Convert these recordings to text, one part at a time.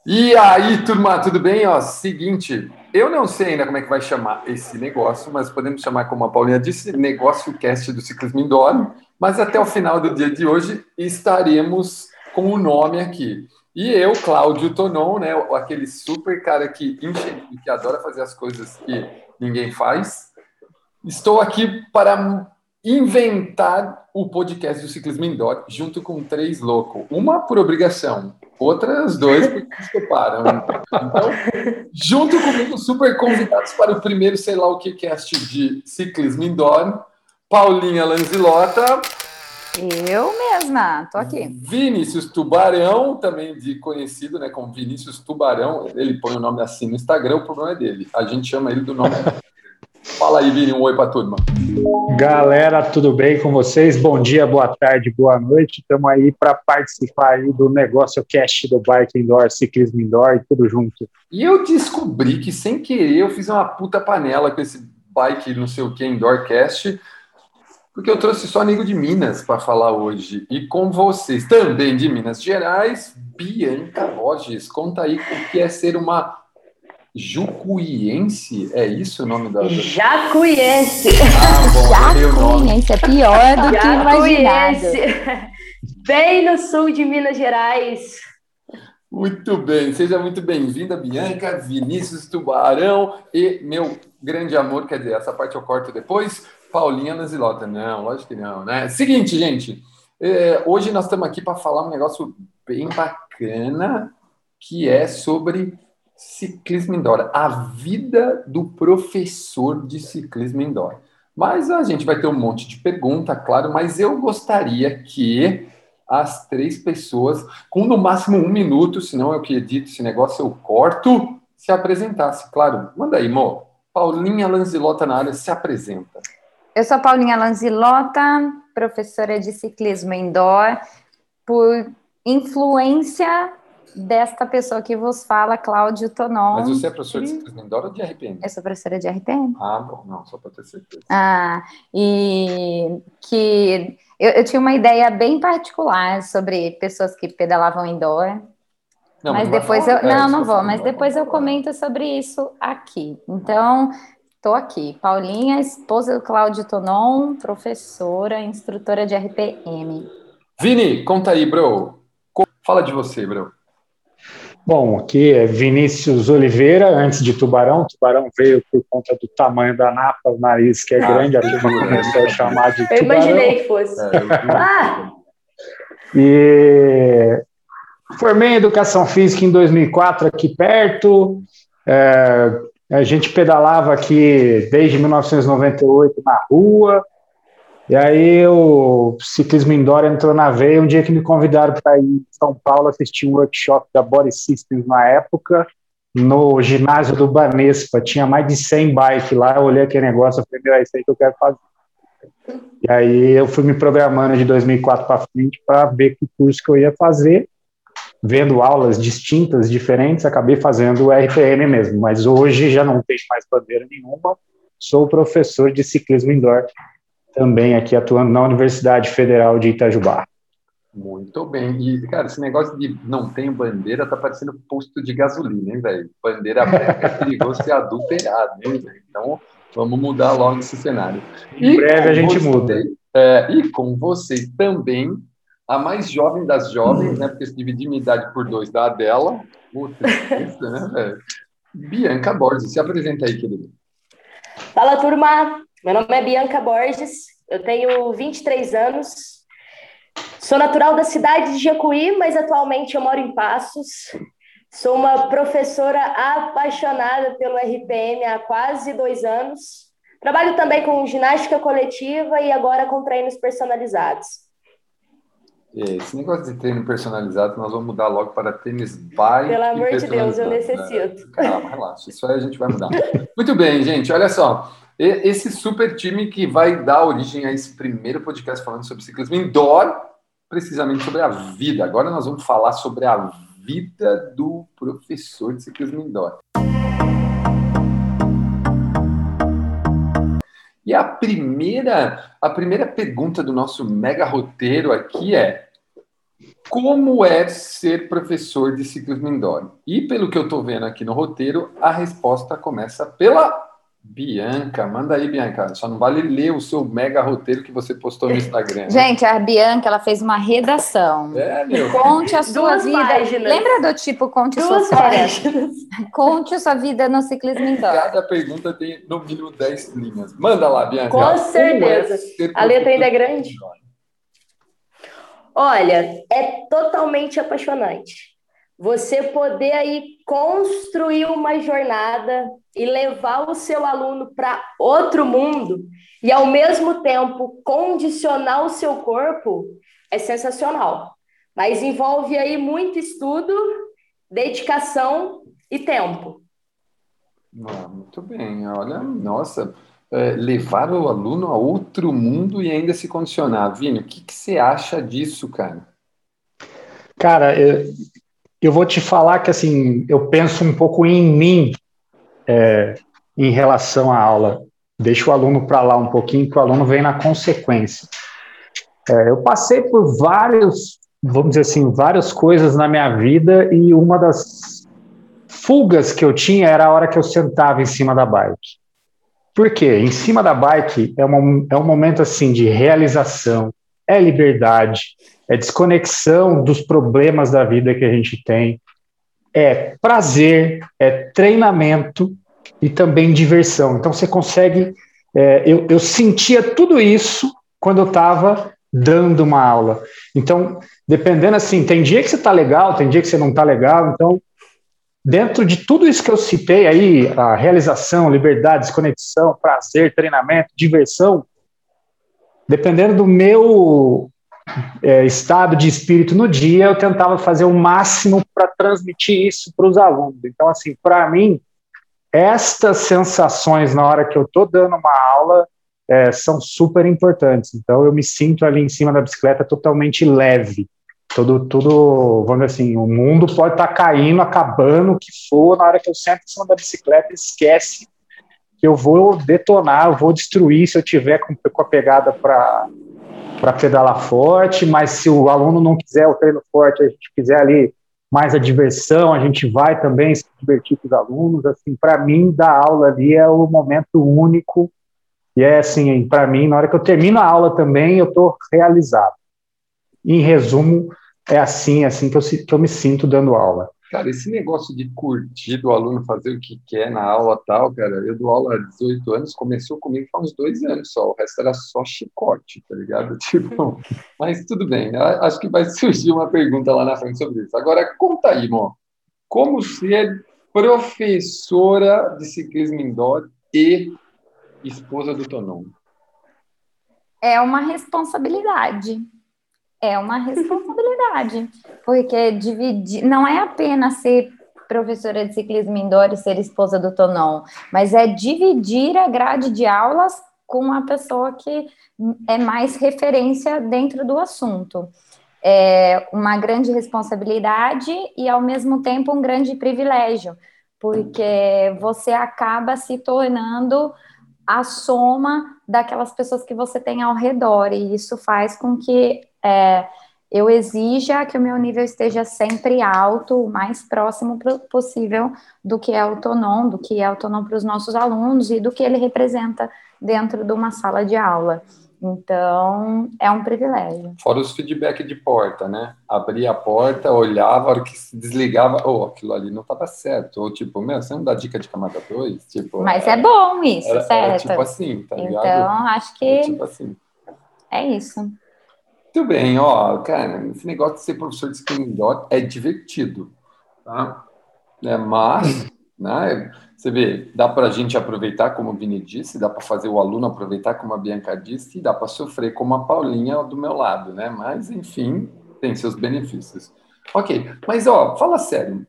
E aí, turma, tudo bem? Ó, seguinte, eu não sei ainda como é que vai chamar esse negócio, mas podemos chamar, como a Paulinha disse, Negócio Cast do Ciclismo Indoor. Mas até o final do dia de hoje estaremos com o nome aqui. E eu, Cláudio Tonon, né, aquele super cara que enxerido, que adora fazer as coisas que ninguém faz, estou aqui para inventar o podcast do Ciclismo Indoor junto com três loucos. Uma por obrigação, outras dois porque eles toparam. Então, junto comigo, super convidados para o primeiro, sei lá o que, cast de Ciclismo Indoor, Paulinha Lanzilota. Eu mesma, tô aqui. Vinícius Tubarão, também conhecido, né, como Vinícius Tubarão. Ele põe o nome assim no Instagram, o problema é dele. A gente chama ele do nome. Fala aí, Vini, um oi para a turma. Galera, tudo bem com vocês? Bom dia, boa tarde, boa noite. Estamos aí para participar aí do Negócio Cast do Bike Indoor, Ciclismo Indoor e tudo junto. E eu descobri que, sem querer, eu fiz uma puta panela com esse Bike não sei o que Indoor Cast, porque eu trouxe só amigo de Minas para falar hoje. E com vocês, também de Minas Gerais, Bianca Borges. Conta aí o que é ser uma jucuiense, é isso o nome da... Jacuiense. Jacuiense, é pior do que imaginado. Bem no sul de Minas Gerais. Muito bem, seja muito bem-vinda, Bianca, Vinícius Tubarão e meu grande amor, quer dizer, essa parte eu corto depois, Paulinha Lanzilota. Não, lógico que não, né? Seguinte, gente, hoje nós estamos aqui para falar um negócio bem bacana, que é sobre ciclismo indoor, a vida do professor de ciclismo indoor. Mas a gente vai ter um monte de pergunta, claro, mas eu gostaria que as três pessoas, com no máximo 1 minuto, senão eu que edito esse negócio, eu corto, se apresentasse. Claro, manda aí, Mo. Paulinha Lanzilota na área, se apresenta. Eu sou Paulinha Lanzilota, professora de ciclismo indoor, por influência desta pessoa que vos fala, Cláudio Tonon. Mas você é professor de ciclismo indoor ou de RPM? Eu sou professora de RPM. Ah, bom, não, só para ter certeza. E que eu tinha uma ideia bem particular sobre pessoas que pedalavam indoor. Não, mas depois eu... Não vou, mas depois eu comento sobre isso aqui. Então, estou aqui. Paulinha, esposa do Cláudio Tonon, professora, instrutora de RPM. Vini, conta aí, bro. Fala de você, bro. Bom, aqui é Vinícius Oliveira, antes de Tubarão. Tubarão veio por conta do tamanho da napa, o nariz que é grande, a turma começou a chamar de Tubarão. Eu imaginei que fosse. E formei em Educação Física em 2004, aqui perto. A gente pedalava aqui desde 1998 na rua. E aí o ciclismo indoor entrou na veia um dia que me convidaram para ir em São Paulo assistir um workshop da Body Systems na época, no ginásio do Banespa. Tinha mais de 100 bikes lá, eu olhei aquele negócio e falei, é isso aí que eu quero fazer. E aí eu fui me programando de 2004 para frente para ver que curso que eu ia fazer, vendo aulas distintas, diferentes, acabei fazendo o RPM mesmo, mas hoje já não tenho mais bandeira nenhuma, sou professor de ciclismo indoor, também aqui atuando na Universidade Federal de Itajubá. Muito bem. E, cara, esse negócio de não tem bandeira tá parecendo posto de gasolina, hein, velho? Bandeira branca é perigoso ser adulterado, hein, velho? Então, vamos mudar logo esse cenário. Em breve a gente muda. E com vocês também, a mais jovem das jovens, né? Porque se dividir minha idade por 2 dá a dela. Puta, né, velho? Bianca Borges, se apresenta aí, querido. Fala, turma. Meu nome é Bianca Borges, eu tenho 23 anos, sou natural da cidade de Jacuí, mas atualmente eu moro em Passos. Sou uma professora apaixonada pelo RPM há quase 2 anos. Trabalho também com ginástica coletiva e agora com treinos personalizados. Esse negócio de treino personalizado, nós vamos mudar logo para tênis bike. Pelo amor de Deus, eu necessito. Calma, relaxa, isso aí a gente vai mudar. Muito bem, gente, olha só. Esse super time que vai dar origem a esse primeiro podcast falando sobre ciclismo indoor, precisamente sobre a vida. Agora nós vamos falar sobre a vida do professor de ciclismo indoor. E a primeira pergunta do nosso mega roteiro aqui é: como é ser professor de ciclismo indoor? E pelo que eu estou vendo aqui no roteiro, a resposta começa pela Bianca. Manda aí, Bianca. Só não vale ler o seu mega roteiro que você postou no Instagram, né? Gente, a Bianca, ela fez uma redação. Meu. Conte a sua Duas vida. páginas. Lembra do tipo, conte Duas suas férias? páginas. Conte a sua vida no ciclismo indoor. Cada pergunta tem no mínimo 10 linhas. Manda lá, Bianca. Com certeza. A letra ainda é grande? Olha, é totalmente apaixonante. Você poder aí construir uma jornada e levar o seu aluno para outro mundo e, ao mesmo tempo, condicionar o seu corpo é sensacional. Mas envolve aí muito estudo, dedicação e tempo. Muito bem. Olha, nossa, levar o aluno a outro mundo e ainda se condicionar. Vini, o que você acha disso, cara? Cara, eu vou te falar que assim, eu penso um pouco em mim em relação à aula. Deixa o aluno para lá um pouquinho, que o aluno vem na consequência. Eu passei por vamos dizer assim, várias coisas na minha vida e uma das fugas que eu tinha era a hora que eu sentava em cima da bike. Por quê? Em cima da bike é um momento assim de realização, é liberdade, é desconexão dos problemas da vida que a gente tem, é prazer, é treinamento e também diversão. Então você consegue. Eu sentia tudo isso quando eu estava dando uma aula. Então, dependendo assim, tem dia que você está legal, tem dia que você não está legal. Então, dentro de tudo isso que eu citei aí, a realização, liberdade, desconexão, prazer, treinamento, diversão, dependendo do meu estado de espírito no dia, eu tentava fazer o máximo para transmitir isso para os alunos. Então, assim, para mim, estas sensações na hora que eu estou dando uma aula são super importantes. Então, eu me sinto ali em cima da bicicleta totalmente leve. Tudo, vamos dizer assim, o mundo pode estar caindo, acabando, o que for, na hora que eu sento em cima da bicicleta, esquece que eu vou detonar, eu vou destruir se eu tiver com a pegada para pedalar forte, mas se o aluno não quiser o treino forte, a gente quiser ali mais a diversão, a gente vai também se divertir com os alunos. Assim, para mim, dar aula ali é o momento único e é assim, para mim, na hora que eu termino a aula também, eu estou realizado. Em resumo, é assim que eu me sinto dando aula. Cara, esse negócio de curtir do aluno fazer o que quer na aula tal, cara, eu dou aula há 18 anos, começou comigo há uns 2 anos só, o resto era só chicote, tá ligado? Tipo, mas tudo bem, acho que vai surgir uma pergunta lá na frente sobre isso. Agora, conta aí, Mo, como ser professora de ciclismo indoor e esposa do Tonon? É uma responsabilidade. É uma responsabilidade, porque dividir não é apenas ser professora de ciclismo indoor e ser esposa do Tonon, mas é dividir a grade de aulas com a pessoa que é mais referência dentro do assunto. É uma grande responsabilidade e, ao mesmo tempo, um grande privilégio, porque você acaba se tornando a soma daquelas pessoas que você tem ao redor, e isso faz com que eu exija que o meu nível esteja sempre alto, o mais próximo possível do que é o Tonon para os nossos alunos e do que ele representa dentro de uma sala de aula. Então, é um privilégio. Fora os feedback de porta, né? Abria a porta, olhava, a hora que se desligava, aquilo ali não estava certo. Ou tipo, você não dá dica de camada 2? Tipo, mas é bom isso, certo? Era tipo assim, tá ligado? Então, acho que tipo assim. É isso. Muito bem, cara, esse negócio de ser professor de ciclismo indoor é divertido, tá? Mas, né, você vê, dá para a gente aproveitar, como o Vini disse, dá para fazer o aluno aproveitar, como a Bianca disse, e dá para sofrer, como a Paulinha do meu lado, né? Mas, enfim, tem seus benefícios. Ok, mas, fala sério.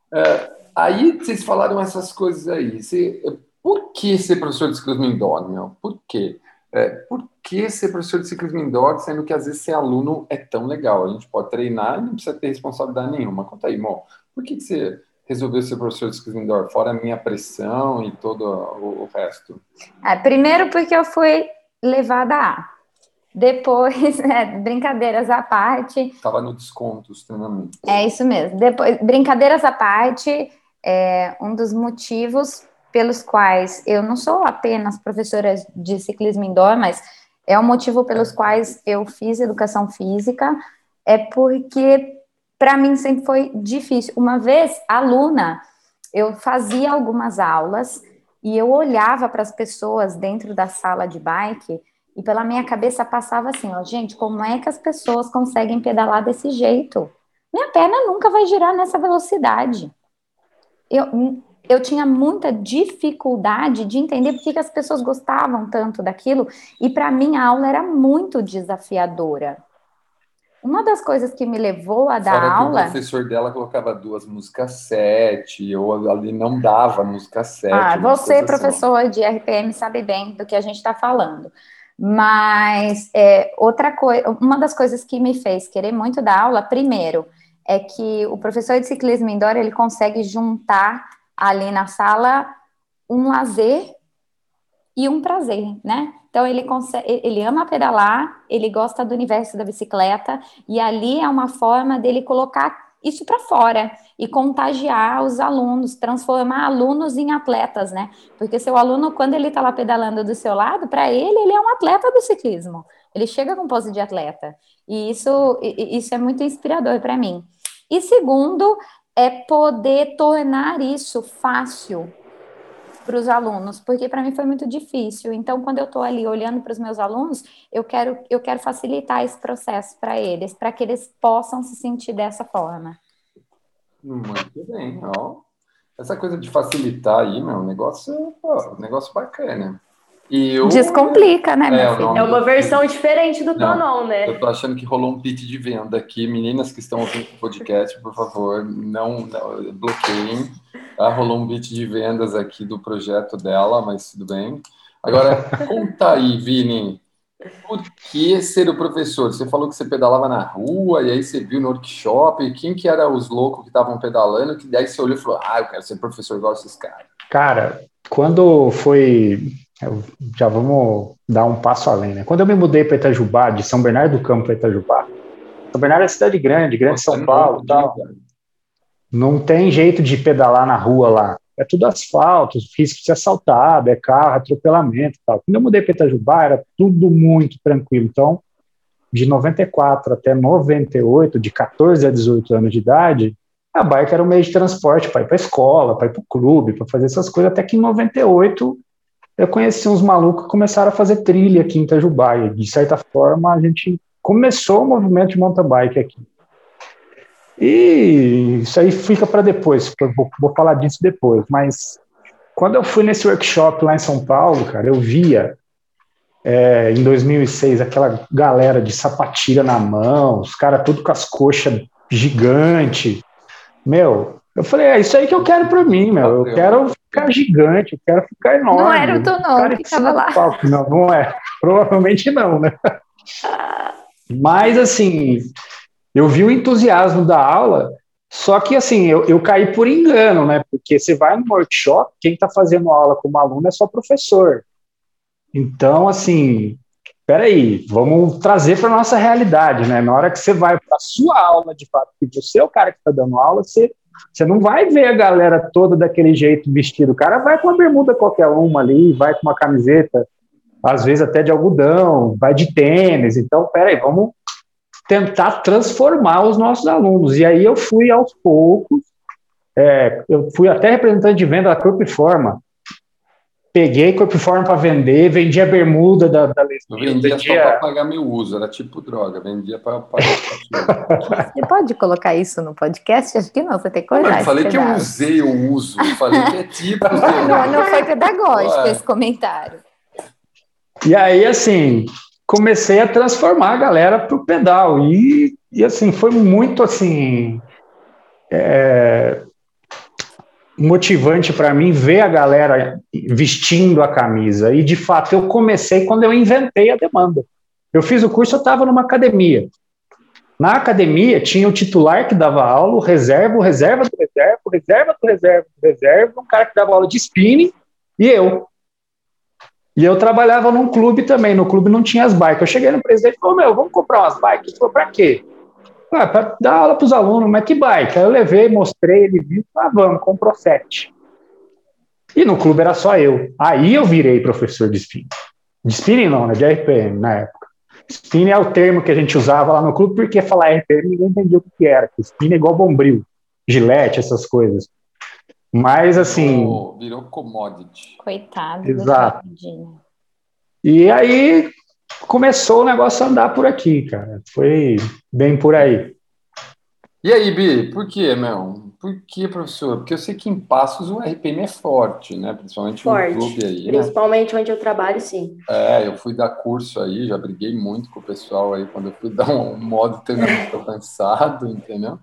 Aí vocês falaram essas coisas aí. Por que ser professor de ciclismo indoor, meu? Por quê? Por que ser professor de ciclismo indoor, sendo que às vezes ser aluno é tão legal? A gente pode treinar e não precisa ter responsabilidade nenhuma. Conta aí, Mo. Por que você resolveu ser professor de ciclismo indoor, fora a minha pressão e todo o resto? Primeiro porque eu fui levada a. Depois, brincadeiras à parte. Estava no desconto os treinamentos. É isso mesmo. Depois, brincadeiras à parte, um dos motivos pelos quais eu não sou apenas professora de ciclismo indoor, mas é um motivo pelos quais eu fiz educação física, é porque para mim sempre foi difícil. Uma vez, aluna, eu fazia algumas aulas e eu olhava para as pessoas dentro da sala de bike e pela minha cabeça passava assim, ó, gente, como é que as pessoas conseguem pedalar desse jeito? Minha perna nunca vai girar nessa velocidade. Eu tinha muita dificuldade de entender por que as pessoas gostavam tanto daquilo, e para mim a aula era muito desafiadora. Uma das coisas que me levou a dar Fora que aula... o professor dela colocava 2 músicas 7, ou ali não dava música 7. Você, professor de RPM, sabe bem do que a gente está falando. Mas outra coisa, uma das coisas que me fez querer muito dar aula, primeiro, é que o professor de ciclismo indoor, ele consegue juntar ali na sala um lazer e um prazer, né? Então ele ama pedalar, ele gosta do universo da bicicleta, e ali é uma forma dele colocar isso para fora e contagiar os alunos, transformar alunos em atletas, né? Porque seu aluno, quando ele está lá pedalando do seu lado, para ele é um atleta do ciclismo. Ele chega com pose de atleta. E isso é muito inspirador para mim. E segundo, é poder tornar isso fácil para os alunos, porque para mim foi muito difícil. Então, quando eu estou ali olhando para os meus alunos, eu quero facilitar esse processo para eles, para que eles possam se sentir dessa forma. Muito bem, ó. Essa coisa de facilitar aí, meu, negócio bacana. Descomplica, né, meu filho? É uma versão diferente do Tonon, né? Eu tô achando que rolou um pitch de venda aqui. Meninas que estão ouvindo o podcast, por favor, não bloqueiem. Tá? Rolou um pitch de vendas aqui do projeto dela, mas tudo bem. Agora, conta aí, Vini. Por que ser o professor? Você falou que você pedalava na rua, e aí você viu no workshop. Quem que eram os loucos que estavam pedalando? Que daí você olhou e falou, eu quero ser professor igual esses caras. Cara, quando foi... Já vamos dar um passo além, né? Quando eu me mudei para Itajubá, de São Bernardo do Campo para Itajubá, São Bernardo é cidade grande São Paulo e tal. Não tem jeito de pedalar na rua lá. É tudo asfalto, risco de ser assaltado, é carro, atropelamento e tal. Quando eu mudei para Itajubá, era tudo muito tranquilo. Então, de 94 até 98, de 14 a 18 anos de idade, a bike era um meio de transporte para ir para a escola, para ir para o clube, para fazer essas coisas, até que em 98 eu conheci uns malucos que começaram a fazer trilha aqui em Itajubá, e de certa forma a gente começou o movimento de mountain bike aqui. E isso aí fica para depois, vou falar disso depois, mas quando eu fui nesse workshop lá em São Paulo, cara, eu via em 2006 aquela galera de sapatilha na mão, os caras tudo com as coxas gigantes, meu, eu falei, é isso aí que eu quero para mim, meu, eu quero ficar gigante, eu quero ficar enorme. Não era o Tonon que estava lá. Não é, provavelmente não, né? Mas assim, eu vi o entusiasmo da aula, só que assim, eu caí por engano, né? Porque você vai no workshop, quem está fazendo aula como aluno é só professor. Então, assim, peraí, vamos trazer para a nossa realidade, né? Na hora que você vai para a sua aula, de fato, que você é o cara que está dando aula, você não vai ver a galera toda daquele jeito vestido. O cara vai com uma bermuda qualquer uma ali, vai com uma camiseta, às vezes até de algodão, vai de tênis. Então, peraí, vamos tentar transformar os nossos alunos. E aí eu fui aos poucos, eu fui até representante de venda da Corpiforma, peguei Corpiforma para vender, vendi a bermuda da Eu vendia só para pagar meu uso, era tipo droga, vendia para pagar. Você pode colocar isso no podcast? Acho que não, você tem que cortar. Eu falei que eu usei o uso, eu falei que é tipo... Não foi pedagógico esse comentário. E aí, assim, comecei a transformar a galera para o pedal. E assim, foi muito assim, motivante para mim ver a galera vestindo a camisa. E, de fato, eu comecei quando eu inventei a demanda. Eu fiz o curso, eu estava numa academia. Na academia, tinha o titular que dava aula, o reserva do reserva, o reserva do reserva, um cara que dava aula de spinning e eu. E eu trabalhava num clube também, no clube não tinha as bikes. Eu cheguei no presidente e falei, vamos comprar umas bikes. Ele falou, pra quê? Para dar aula para os alunos, mas que bike? Aí eu levei, mostrei, ele viu, vamos, comprou 7. E no clube era só eu. Aí eu virei professor de spinning. De spinning não, né? De RPM na época. Spinning é o termo que a gente usava lá no clube, porque falar RPM ninguém entendia o que era. Spinning é igual bombril, gilete, essas coisas. Mas assim... Virou commodity. Coitado Exato. do Fernandinho. E aí começou o negócio a andar por aqui, cara. Foi bem por aí. E aí, Bi, por quê, meu? Por que, professor? Porque eu sei que em Passos o RPM é forte, né? Principalmente no clube aí, né? Principalmente onde eu trabalho, sim. Eu fui dar curso aí, já briguei muito com o pessoal aí quando eu fui dar um modo treinamento avançado, entendeu?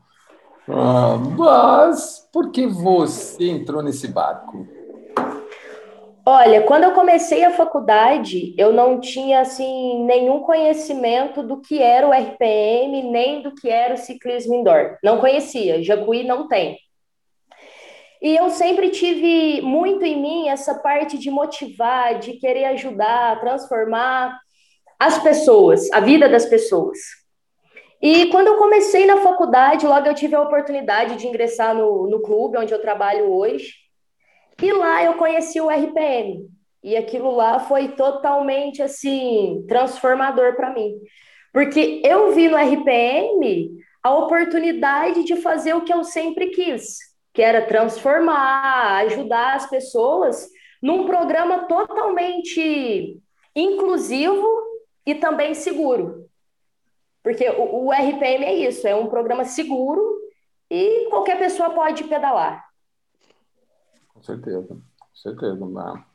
Mas por que você entrou nesse barco? Olha, quando eu comecei a faculdade, eu não tinha, assim, nenhum conhecimento do que era o RPM, nem do que era o ciclismo indoor. Não conhecia, Jacuí não tem. E eu sempre tive muito em mim essa parte de motivar, de querer ajudar, transformar as pessoas, a vida das pessoas. E quando eu comecei na faculdade, logo eu tive a oportunidade de ingressar no clube onde eu trabalho hoje. E lá eu conheci o RPM. E aquilo lá foi totalmente, assim, transformador para mim. Porque eu vi no RPM a oportunidade de fazer o que eu sempre quis, que era transformar, ajudar as pessoas num programa totalmente inclusivo e também seguro. Porque o RPM é isso, é um programa seguro e qualquer pessoa pode pedalar. Com certeza.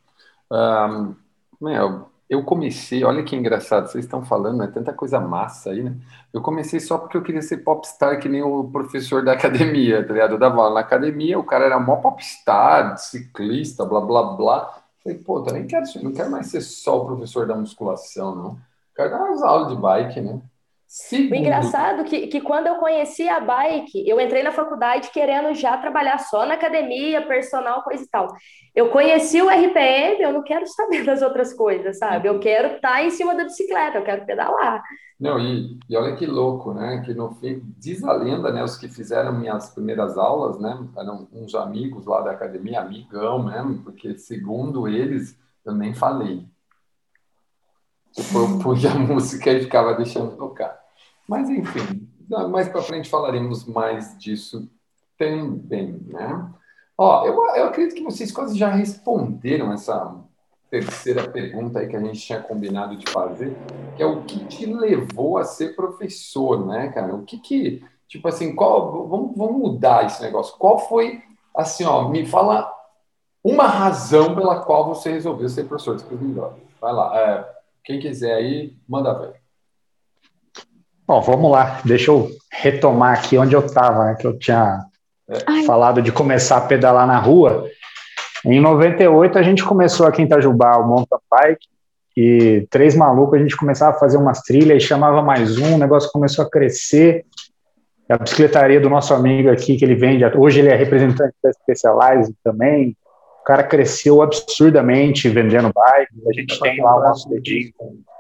Eu comecei, olha que engraçado, vocês estão falando, é tanta coisa massa aí, né? Eu comecei só porque eu queria ser popstar, que nem o professor da academia, tá ligado? Eu dava aula na academia, o cara era mó popstar, ciclista, blá, blá, blá. Falei, pô, também quero isso, não quero mais ser só o professor da musculação, não. Quero dar umas aulas de bike, né? O engraçado é que quando eu conheci a bike, eu entrei na faculdade querendo já trabalhar só na academia, personal, coisa e tal. Eu conheci o RPM, eu não quero saber das outras coisas, sabe? Eu quero estar em cima da bicicleta, eu quero pedalar. Não, e olha que louco, né? Que no fim, diz a lenda, né? Os que fizeram minhas primeiras aulas, né? Eram uns amigos lá da academia, amigão mesmo, porque segundo eles, eu nem falei. Tipo, eu punha a música e ficava deixando tocar. Mas, enfim, mais para frente falaremos mais disso também, né? Ó, eu acredito que vocês quase já responderam essa terceira pergunta aí que a gente tinha combinado de fazer, que é o que te levou a ser professor, né, cara? Tipo assim, vamos mudar esse negócio. Qual foi, assim, ó, me fala uma razão pela qual você resolveu ser professor de escrever melhor. Vai lá, quem quiser aí, manda ver. Bom, vamos lá. Deixa eu retomar aqui onde eu estava, né? Que eu tinha falado de começar a pedalar na rua. Em 98, a gente começou aqui em Itajubá o mountain bike, e 3 malucos, a gente começava a fazer umas trilhas e chamava mais um, o negócio começou a crescer. A bicicletaria do nosso amigo aqui, que ele vende, hoje ele é representante da Specialized também. O cara cresceu absurdamente vendendo bike. A gente tem lá o nosso dedinho.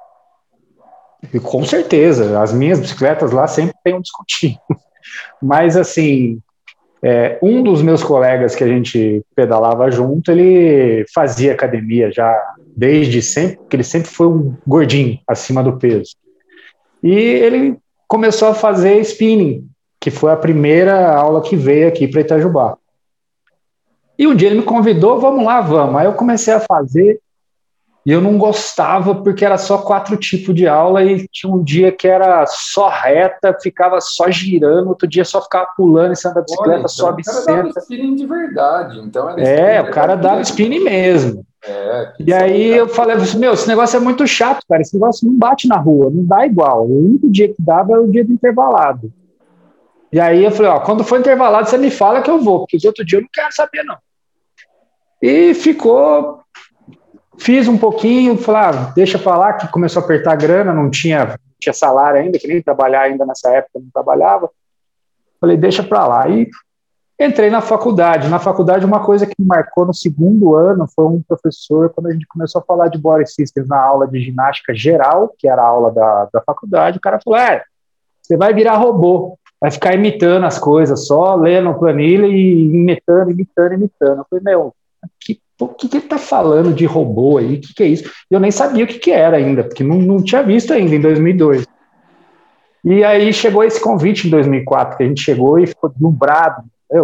E com certeza, as minhas bicicletas lá sempre tem um descontinho. Mas, assim, um dos meus colegas que a gente pedalava junto, ele fazia academia já desde sempre, porque ele sempre foi um gordinho, acima do peso. E ele começou a fazer spinning, que foi a primeira aula que veio aqui para Itajubá. E um dia ele me convidou, vamos lá, vamos. Aí eu comecei a fazer, e eu não gostava porque era só 4 tipos de aula e tinha um dia que era só reta, ficava só girando, outro dia só ficava pulando em cima da bicicleta, olha, então, sobe e senta. O cara dava spinning de verdade. Então era o cara dava spinning mesmo. E aí eu falei, meu, esse negócio é muito chato, cara, esse negócio não bate na rua, não dá igual. O único dia que dava era o dia do intervalado. E aí eu falei, quando for intervalado você me fala que eu vou, porque os outros dias eu não quero saber, não. E ficou... Fiz um pouquinho, falei, deixa pra lá, que começou a apertar a grana, não tinha salário ainda, que nem trabalhar ainda nessa época, não trabalhava. Falei, deixa pra lá. E Entrei na faculdade. Na faculdade, uma coisa que me marcou no segundo ano foi um professor, quando a gente começou a falar de Body Systems na aula de ginástica geral, que era a aula da faculdade, o cara falou, você vai virar robô, vai ficar imitando as coisas, só lendo planilha e imitando. Eu falei, o que ele está falando de robô aí? O que é isso? Eu nem sabia o que era ainda, porque não tinha visto ainda em 2002. E aí chegou esse convite em 2004, que a gente chegou e ficou deslumbrado.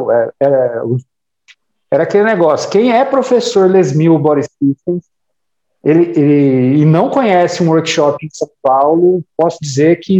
Era aquele negócio, quem é professor Les Mills Body Systems e não conhece um workshop em São Paulo, posso dizer que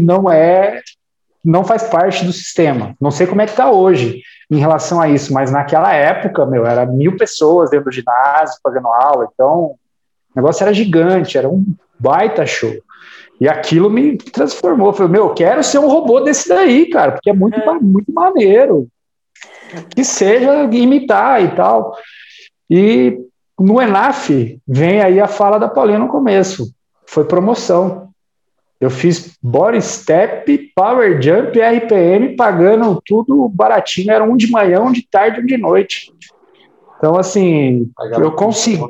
não faz parte do sistema. Não sei como é que está hoje em relação a isso, mas naquela época, era 1.000 pessoas dentro do ginásio fazendo aula, então o negócio era gigante, era um baita show. E aquilo me transformou. Eu falei, eu quero ser um robô desse daí, cara, porque é muito maneiro. Que seja imitar e tal. E no ENAF vem aí a fala da Paulinha no começo. Foi promoção. Eu fiz body step, power jump, RPM, pagando tudo baratinho. Era um de manhã, um de tarde, um de noite. Então, assim, eu consegui.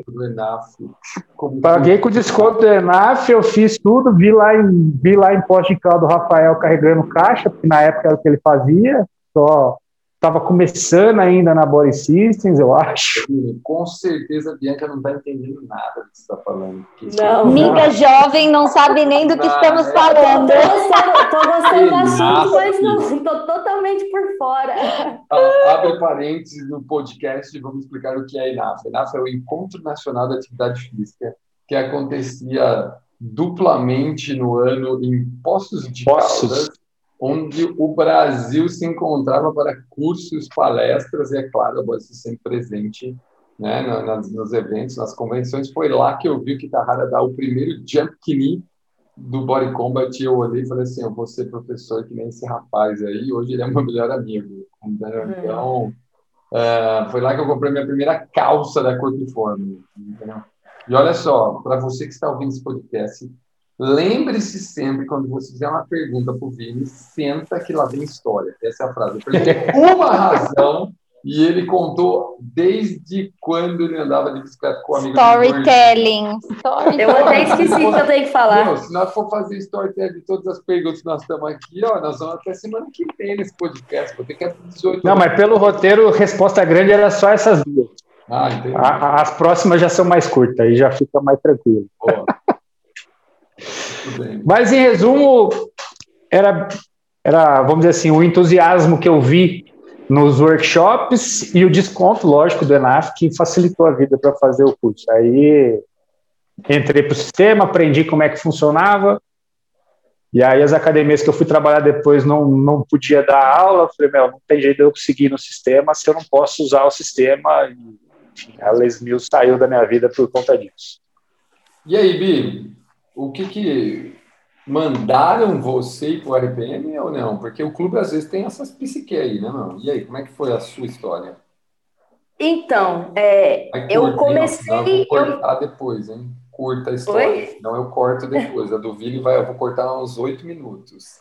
Paguei com o desconto do ENAF, eu fiz tudo, vi lá em Poste de Caldo o Rafael carregando caixa, porque na época era o que ele fazia, só estava começando ainda na Body Systems, eu acho. Com certeza a Bianca não está entendendo nada do que você está falando. Amiga jovem não sabe nem do que estamos falando. Estou gostando do assunto, mas não, estou totalmente por fora. Abre parênteses no podcast e vamos explicar o que é a ENAF. A ENAF é o Encontro Nacional da Atividade Física, que acontecia duplamente no ano em Poços de Caldas, onde o Brasil se encontrava para cursos, palestras, e, é claro, a Body sempre presente, né, nos eventos, nas convenções. Foi lá que eu vi que Tahara dar o primeiro jump knee do Body Combat, e eu olhei e falei assim, eu vou ser professor que nem esse rapaz aí, hoje ele é meu melhor amigo. Então, foi lá que eu comprei minha primeira calça da Corpiforme. E olha só, para você que está ouvindo esse podcast, lembre-se sempre, quando você fizer uma pergunta para o Vini, senta que lá vem história. Essa é a frase. Eu perguntei uma razão e ele contou desde quando ele andava de bicicleta com o amigo. Storytelling. Eu até esqueci que eu tenho que falar. Se nós for fazer storytelling de todas as perguntas que nós estamos aqui, nós vamos até semana que vem nesse podcast. Vou ter que abrir 18 Não, mas pelo roteiro, resposta grande era só essas duas. Entendi. As próximas já são mais curtas, aí já fica mais tranquilo. Mas, em resumo, era, vamos dizer assim, o entusiasmo que eu vi nos workshops e o desconto, lógico, do ENAF, que facilitou a vida para fazer o curso. Aí entrei para o sistema, aprendi como é que funcionava, e aí as academias que eu fui trabalhar depois não podia dar aula. Eu falei, não tem jeito de eu conseguir no sistema se eu não posso usar o sistema. Enfim, a Les Mills saiu da minha vida por conta disso. E aí, Bi, o que mandaram você ir para o RPM ou não? Porque o clube às vezes tem essas psique aí, né, não? E aí, como é que foi a sua história? Então, eu comecei... Não, eu vou cortar depois, hein? Curta a história. Oi? Não, eu corto depois. A do Vini eu vou cortar uns 8 minutos.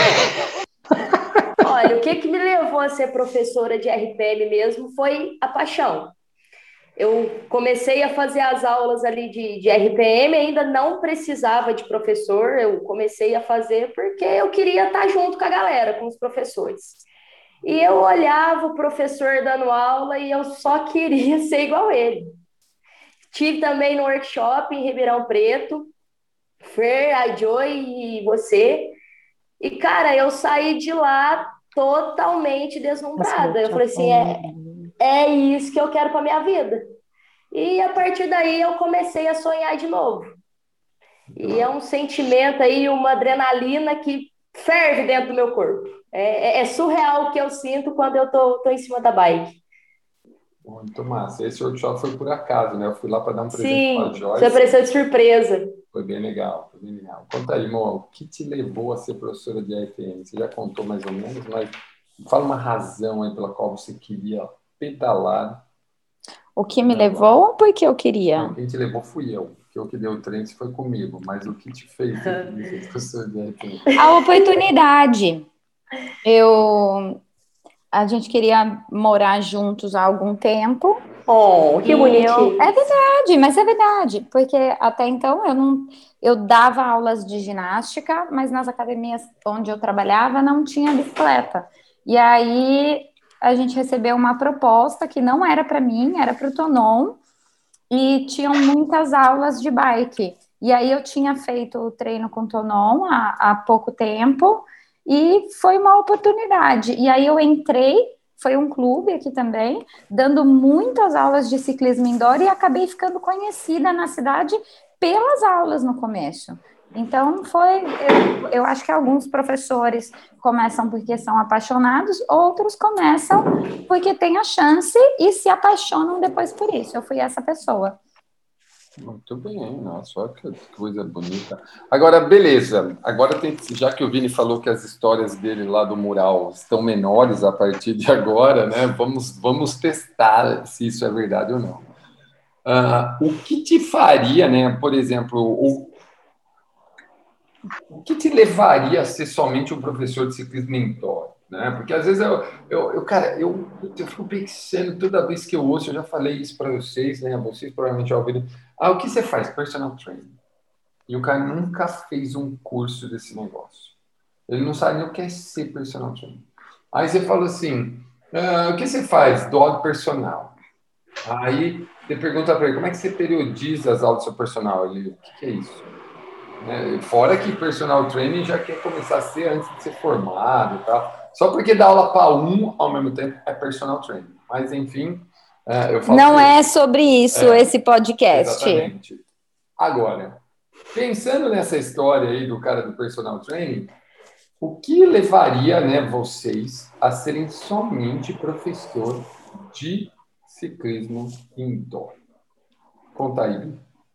Olha, o que me levou a ser professora de RPM mesmo foi a paixão. Eu comecei a fazer as aulas ali de RPM, ainda não precisava de professor, eu comecei a fazer porque eu queria estar junto com a galera, com os professores. E eu olhava o professor dando aula e eu só queria ser igual ele. Tive também no workshop em Ribeirão Preto, Fer, a Joy e você. E, cara, eu saí de lá totalmente deslumbrada. Eu falei assim, é isso que eu quero para minha vida. E a partir daí eu comecei a sonhar de novo. E é um sentimento aí, uma adrenalina que ferve dentro do meu corpo. É surreal o que eu sinto quando eu tô em cima da bike. Muito massa. Esse workshop foi por acaso, né? Eu fui lá para dar um presente para a Joyce. Você apareceu de surpresa. Foi bem legal, foi bem legal. Conta aí, Mo, o que te levou a ser professora de RPM? Você já contou mais ou menos, mas fala uma razão aí pela qual você queria pedalar. O que me levou ou porque eu queria? Não, quem te levou fui eu. Que eu que dei o treino foi comigo. Mas o que te fez ser professora de RPM? A oportunidade. Eu A gente queria morar juntos há algum tempo. Oh, que bonitinho. É verdade, mas é verdade, porque até então eu dava aulas de ginástica, mas nas academias onde eu trabalhava não tinha bicicleta. E aí a gente recebeu uma proposta que não era para mim, era para o Tonon, e tinham muitas aulas de bike. E aí eu tinha feito o treino com o Tonon há pouco tempo e foi uma oportunidade. E aí eu entrei, foi um clube aqui também, dando muitas aulas de ciclismo indoor e acabei ficando conhecida na cidade pelas aulas no começo. Então eu acho que alguns professores começam porque são apaixonados, outros começam porque têm a chance e se apaixonam depois por isso. Eu fui essa pessoa. Muito bem, nossa, olha que coisa bonita. Agora, beleza. Agora já que o Vini falou que as histórias dele lá do mural estão menores a partir de agora, né? Vamos testar se isso é verdade ou não. O que te faria, né? Por exemplo, o que te levaria a ser somente um professor de ciclismo indoor, né? Porque às vezes cara, eu fico pensando toda vez que eu ouço, eu já falei isso para vocês, né? Vocês provavelmente já ouviram. O que você faz? Personal training. E o cara nunca fez um curso desse negócio. Ele não sabe nem o que é ser personal trainer. Aí você fala assim, o que você faz? Dou aula personal. Aí você pergunta para ele, como é que você periodiza as aulas do seu personal? Ele, o que é isso? Né? Fora que personal training já quer começar a ser antes de ser formado e tal. Só porque dá aula para um ao mesmo tempo é personal training. Mas, enfim, eu falo Não que... é sobre isso esse podcast. Exatamente. Agora, pensando nessa história aí do cara do personal training, o que levaria, né, vocês a serem somente professor de ciclismo indoor? Conta aí.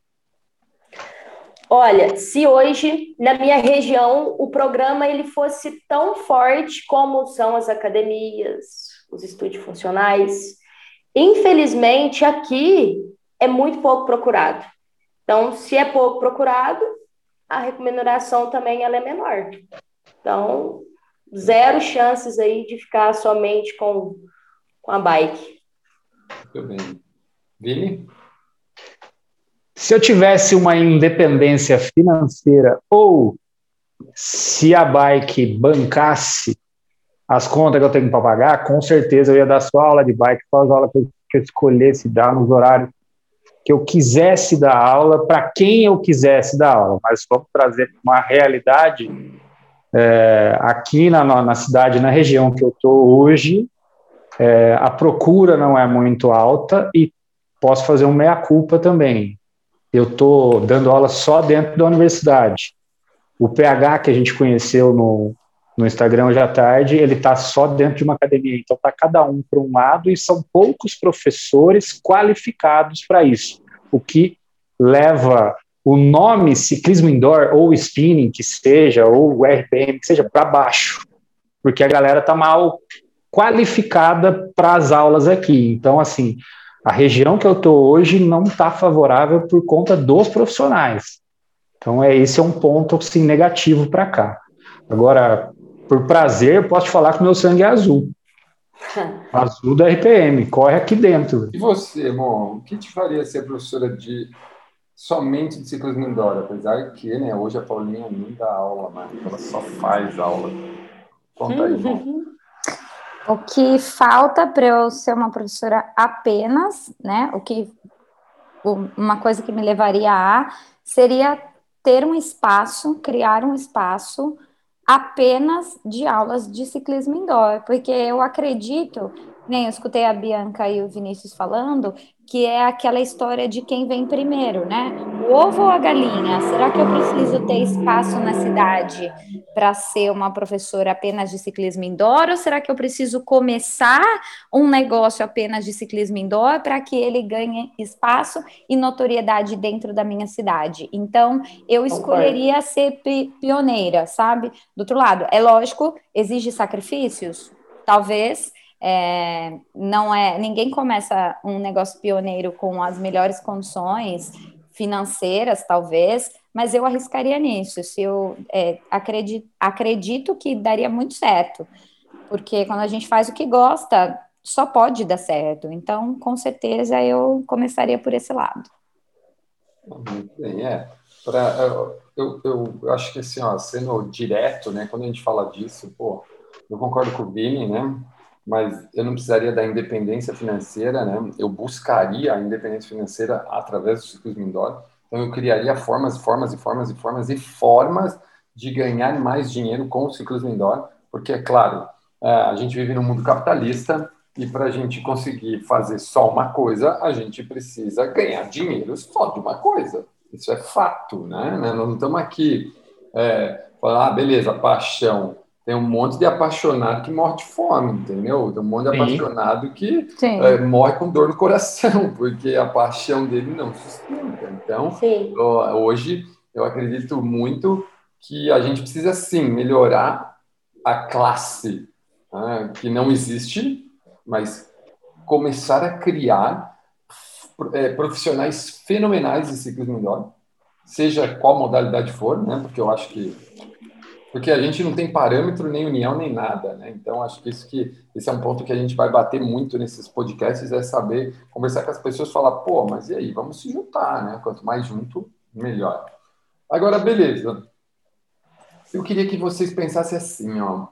Olha, se hoje na minha região o programa ele fosse tão forte como são as academias, os estúdios funcionais, infelizmente aqui é muito pouco procurado. Então, se é pouco procurado, a remuneração também ela é menor. Então, zero chances aí de ficar somente com a bike. Muito bem. Vini? Se eu tivesse uma independência financeira ou se a bike bancasse as contas que eu tenho para pagar, com certeza eu ia dar só aula de bike, só as aulas que eu escolhesse dar nos horários que eu quisesse dar aula, para quem eu quisesse dar aula. Mas vamos trazer uma realidade aqui na cidade, na região que eu estou hoje, a procura não é muito alta e posso fazer um meia-culpa também. Eu estou dando aula só dentro da universidade. O PH que a gente conheceu no Instagram hoje à tarde, ele está só dentro de uma academia. Então está cada um para um lado e são poucos professores qualificados para isso. O que leva o nome ciclismo indoor ou spinning, que seja, ou RPM, que seja, para baixo. Porque a galera está mal qualificada para as aulas aqui. Então, assim, a região que eu estou hoje não está favorável por conta dos profissionais. Então, esse é um ponto assim, negativo para cá. Agora, por prazer, posso te falar que meu sangue é azul. Azul da RPM, corre aqui dentro. E você, bom, o que te faria ser professora somente de ciclismo indoor? Apesar que, né, hoje a Paulinha nem dá aula, mas ela só faz aula. Conta aí, bom. O que falta para eu ser uma professora apenas, né? Uma coisa que me levaria seria ter um espaço, criar um espaço apenas de aulas de ciclismo indoor, porque eu acredito, nem eu escutei a Bianca e o Vinícius falando, que é aquela história de quem vem primeiro, né? O ovo ou a galinha? Será que eu preciso ter espaço na cidade para ser uma professora apenas de ciclismo indoor, ou será que eu preciso começar um negócio apenas de ciclismo indoor para que ele ganhe espaço e notoriedade dentro da minha cidade? Então, eu escolheria ser pioneira, sabe? Do outro lado, é lógico, exige sacrifícios, talvez, não é, ninguém começa um negócio pioneiro com as melhores condições financeiras, talvez, mas eu arriscaria nisso, se eu acredito que daria muito certo. Porque quando a gente faz o que gosta, só pode dar certo. Então, com certeza, eu começaria por esse lado. Muito bem, eu acho que assim, ó, sendo direto, né, quando a gente fala disso, pô, eu concordo com o Vini, né, mas eu não precisaria da independência financeira, né, eu buscaria a independência financeira através do ciclismo indoor, então eu criaria formas de ganhar mais dinheiro com o ciclismo indoor, porque, é claro, a gente vive num mundo capitalista, e para a gente conseguir fazer só uma coisa, a gente precisa ganhar dinheiro só de uma coisa. Isso é fato, né? Nós não estamos aqui falando, beleza, paixão. Tem um monte de apaixonado que morre de fome, entendeu? Tem um monte de apaixonado que morre com dor no coração, porque a paixão dele não sustenta. Então, hoje, eu acredito muito que a gente precisa, sim, melhorar a classe, né, que não existe, mas começar a criar profissionais fenomenais de ciclismo indoor, seja qual modalidade for, né? Porque eu acho que porque a gente não tem parâmetro nem união nem nada, né? Então acho que esse é um ponto que a gente vai bater muito nesses podcasts, é saber conversar com as pessoas, falar, pô, mas e aí, vamos se juntar, né? Quanto mais junto, melhor. Agora, beleza. Eu queria que vocês pensassem assim, ó.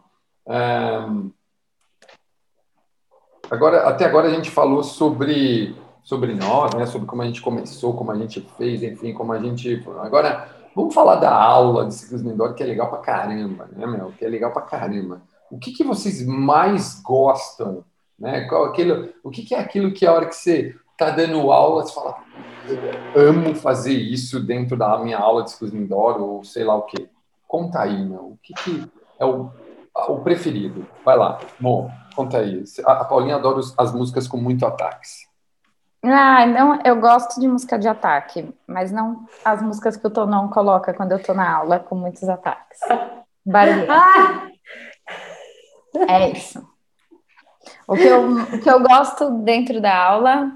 Até agora a gente falou sobre nós, né? Sobre como a gente começou, como a gente fez, enfim, como a gente. Agora, vamos falar da aula de ciclismo indoor, que é legal pra caramba, né, meu? Que é legal pra caramba. O que vocês mais gostam, né? O que é aquilo que a hora que você está dando aula, você fala, amo fazer isso dentro da minha aula de ciclismo indoor, ou sei lá o quê. Conta aí, meu. O que é o preferido? Vai lá, Mo. Conta aí. A Paulinha adora as músicas com muito ataques. Não, eu gosto de música de ataque, mas não as músicas que o Tonão coloca quando eu tô na aula com muitos ataques. Barulhento. É isso. O que eu gosto dentro da aula,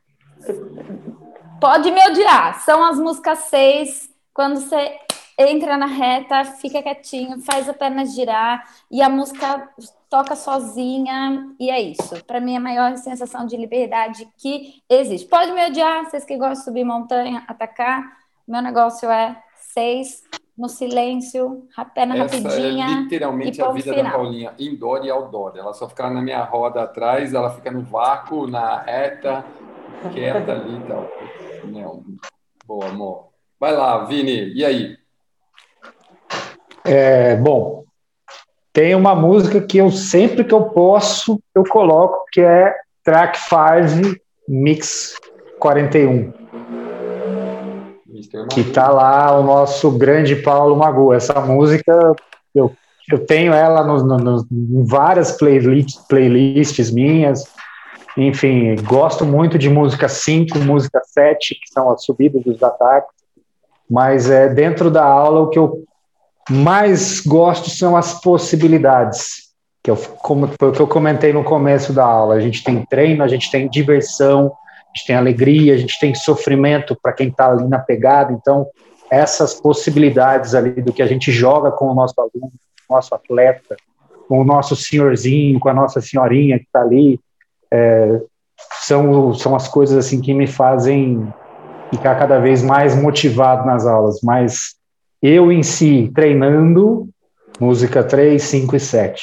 pode me odiar, são as músicas 6, quando você entra na reta, fica quietinho, faz a perna girar e a música toca sozinha, e é isso. Para mim, é a maior sensação de liberdade que existe. Pode me odiar, vocês que gostam de subir montanha, atacar. Meu negócio é 6, no silêncio, a perna rapidinha. Essa é literalmente a vida da Paulinha, indoor e outdoor. Ela só fica na minha roda atrás, ela fica no vácuo, na reta, quieta ali e tal. Meu, boa, amor. Vai lá, Vini, e aí? Bom, tem uma música que eu sempre que eu posso, eu coloco, que é Track 5 Mix 41. Que está lá o nosso grande Paulo Magu. Essa música, eu tenho ela em várias playlists minhas. Enfim, gosto muito de música 5, música 7, que são as subidas dos ataques. Mas dentro da aula, o que eu mais gosto são as possibilidades, como foi o que eu comentei no começo da aula. A gente tem treino, a gente tem diversão, a gente tem alegria, a gente tem sofrimento para quem está ali na pegada. Então, essas possibilidades ali do que a gente joga com o nosso aluno, com o nosso atleta, com o nosso senhorzinho, com a nossa senhorinha que está ali, são as coisas assim que me fazem ficar cada vez mais motivado nas aulas. Mas eu em si, treinando, música 3, 5 e 7.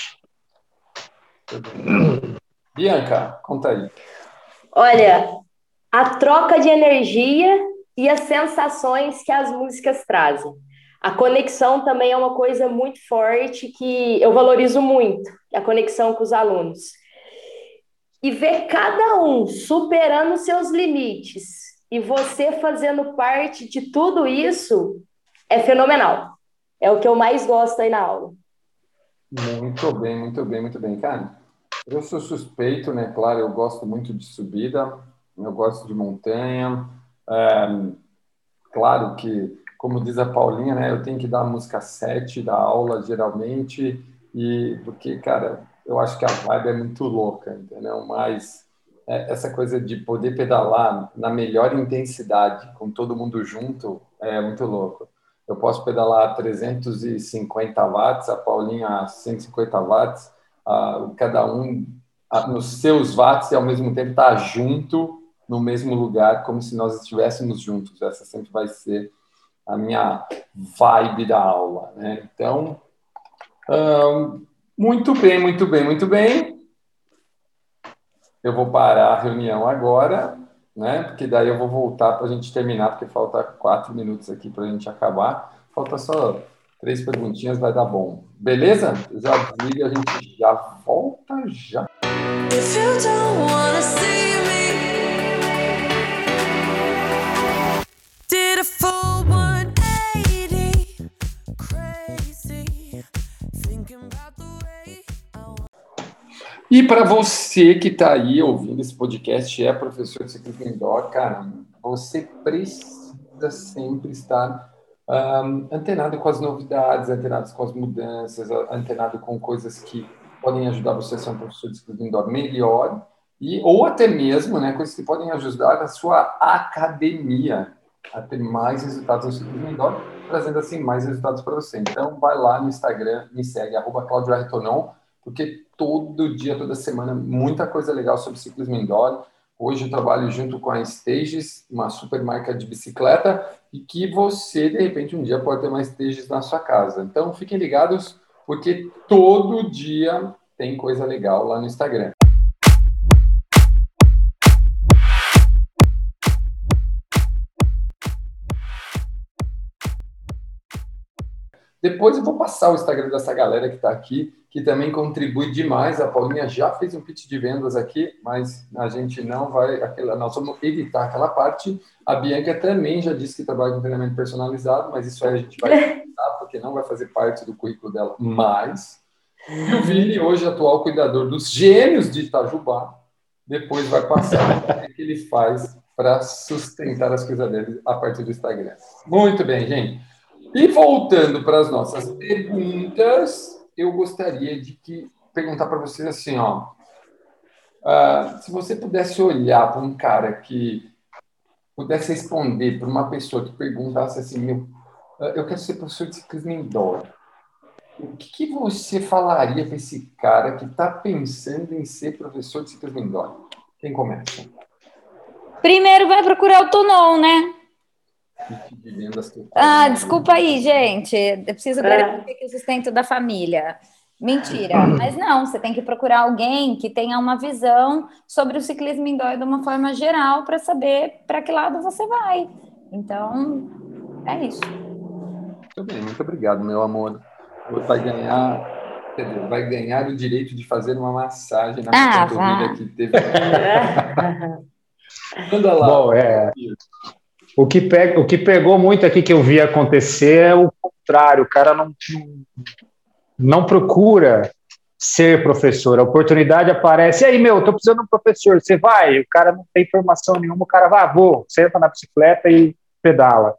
Bianca, conta aí. Olha, a troca de energia e as sensações que as músicas trazem. A conexão também é uma coisa muito forte que eu valorizo muito, a conexão com os alunos. E ver cada um superando seus limites e você fazendo parte de tudo isso é fenomenal. É o que eu mais gosto aí na aula. Muito bem, muito bem, muito bem. Cara, eu sou suspeito, né? Claro, eu gosto muito de subida, eu gosto de montanha. Claro que, como diz a Paulinha, né? Eu tenho que dar a música 7 da aula, geralmente, porque, cara, eu acho que a vibe é muito louca, entendeu? Mas essa coisa de poder pedalar na melhor intensidade, com todo mundo junto, é muito louco. Eu posso pedalar a 350 watts, a Paulinha a 150 watts, cada um nos seus watts e, ao mesmo tempo, estar junto no mesmo lugar, como se nós estivéssemos juntos. Essa sempre vai ser a minha vibe da aula, né? Então, muito bem, muito bem, muito bem. Eu vou parar a reunião agora, né? Porque daí eu vou voltar para a gente terminar, porque falta 4 minutos aqui para a gente acabar. Falta só 3 perguntinhas, vai dar bom. Beleza? Já desliga, a gente já volta já. If you don't wanna see me, did a full 180, crazy, thinking about the way I want. E para você que está aí ouvindo esse podcast, é professor de ciclismo indoor, cara, você precisa sempre estar antenado com as novidades, antenado com as mudanças, antenado com coisas que podem ajudar você a ser um professor de ciclismo indoor melhor, ou até mesmo, né, coisas que podem ajudar a sua academia a ter mais resultados no ciclismo indoor, trazendo assim mais resultados para você. Então, vai lá no Instagram, me segue, @ClaudiaRetonon, porque todo dia, toda semana, muita coisa legal sobre ciclismo indoor. Hoje eu trabalho junto com a Stages, uma super marca de bicicleta, e que você, de repente, um dia pode ter uma Stages na sua casa. Então, fiquem ligados, porque todo dia tem coisa legal lá no Instagram. Depois eu vou passar o Instagram dessa galera que está aqui, que também contribui demais. A Paulinha já fez um pitch de vendas aqui, mas a gente não vai... nós vamos evitar aquela parte. A Bianca também já disse que trabalha com treinamento personalizado, mas isso aí a gente vai evitar, porque não vai fazer parte do currículo dela mais. E o Vini, hoje atual cuidador dos gêmeos de Itajubá, depois vai passar o que ele faz para sustentar as coisas dele a partir do Instagram. Muito bem, gente. E voltando para as nossas perguntas, eu gostaria de perguntar para vocês assim, se você pudesse olhar para um cara que pudesse responder para uma pessoa que perguntasse assim, eu quero ser professor de ciclismo indoor, o que você falaria para esse cara que está pensando em ser professor de ciclismo indoor? Quem começa? Primeiro vai procurar o Tonon, né? Desculpa aí, gente. Eu preciso garantir que o sustento da família. Mentira. Mas não, você tem que procurar alguém que tenha uma visão sobre o ciclismo indoor de uma forma geral para saber para que lado você vai. Então, é isso. Muito bem, muito obrigado, meu amor. Vai ganhar o direito de fazer uma massagem na panturrilha que teve. Manda lá. Bom, o que pegou muito aqui que eu vi acontecer é o contrário. O cara não procura ser professor. A oportunidade aparece. E aí, tô precisando de um professor. Você vai? O cara não tem formação nenhuma. O cara vai, senta na bicicleta e pedala.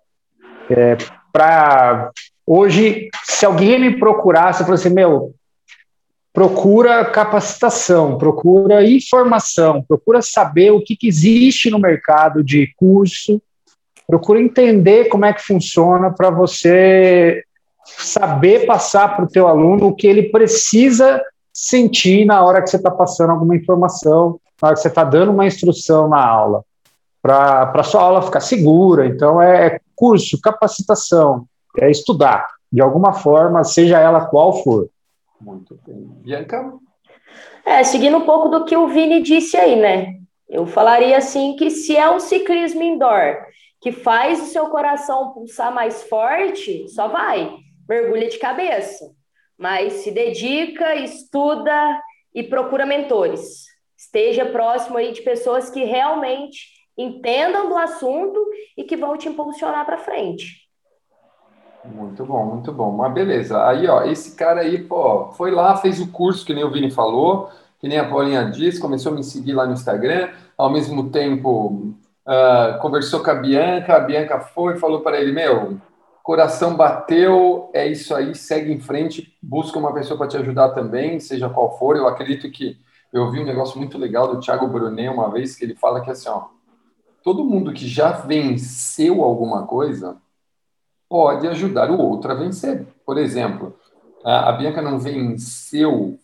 Hoje, se alguém me procurasse, eu falasse assim, procura capacitação, procura informação, procura saber o que existe no mercado de curso, procura entender como é que funciona para você saber passar para o teu aluno o que ele precisa sentir na hora que você está passando alguma informação, na hora que você está dando uma instrução na aula, para a sua aula ficar segura. Então, é curso, capacitação, é estudar, de alguma forma, seja ela qual for. Muito bem. Bianca? Seguindo um pouco do que o Vini disse aí, né? Eu falaria assim que se é um ciclismo indoor que faz o seu coração pulsar mais forte, só vai, mergulha de cabeça. Mas se dedica, estuda e procura mentores. Esteja próximo aí de pessoas que realmente entendam do assunto e que vão te impulsionar para frente. Muito bom, muito bom. Mas beleza. Aí, esse cara aí, foi lá, fez o curso, que nem o Vini falou, que nem a Paulinha disse, começou a me seguir lá no Instagram, ao mesmo tempo conversou com a Bianca falou para ele, coração bateu, é isso aí, segue em frente, busca uma pessoa para te ajudar também, seja qual for. Eu acredito que eu vi um negócio muito legal do Thiago Brunet uma vez, que ele fala que assim, todo mundo que já venceu alguma coisa pode ajudar o outro a vencer. Por exemplo, a Bianca não venceu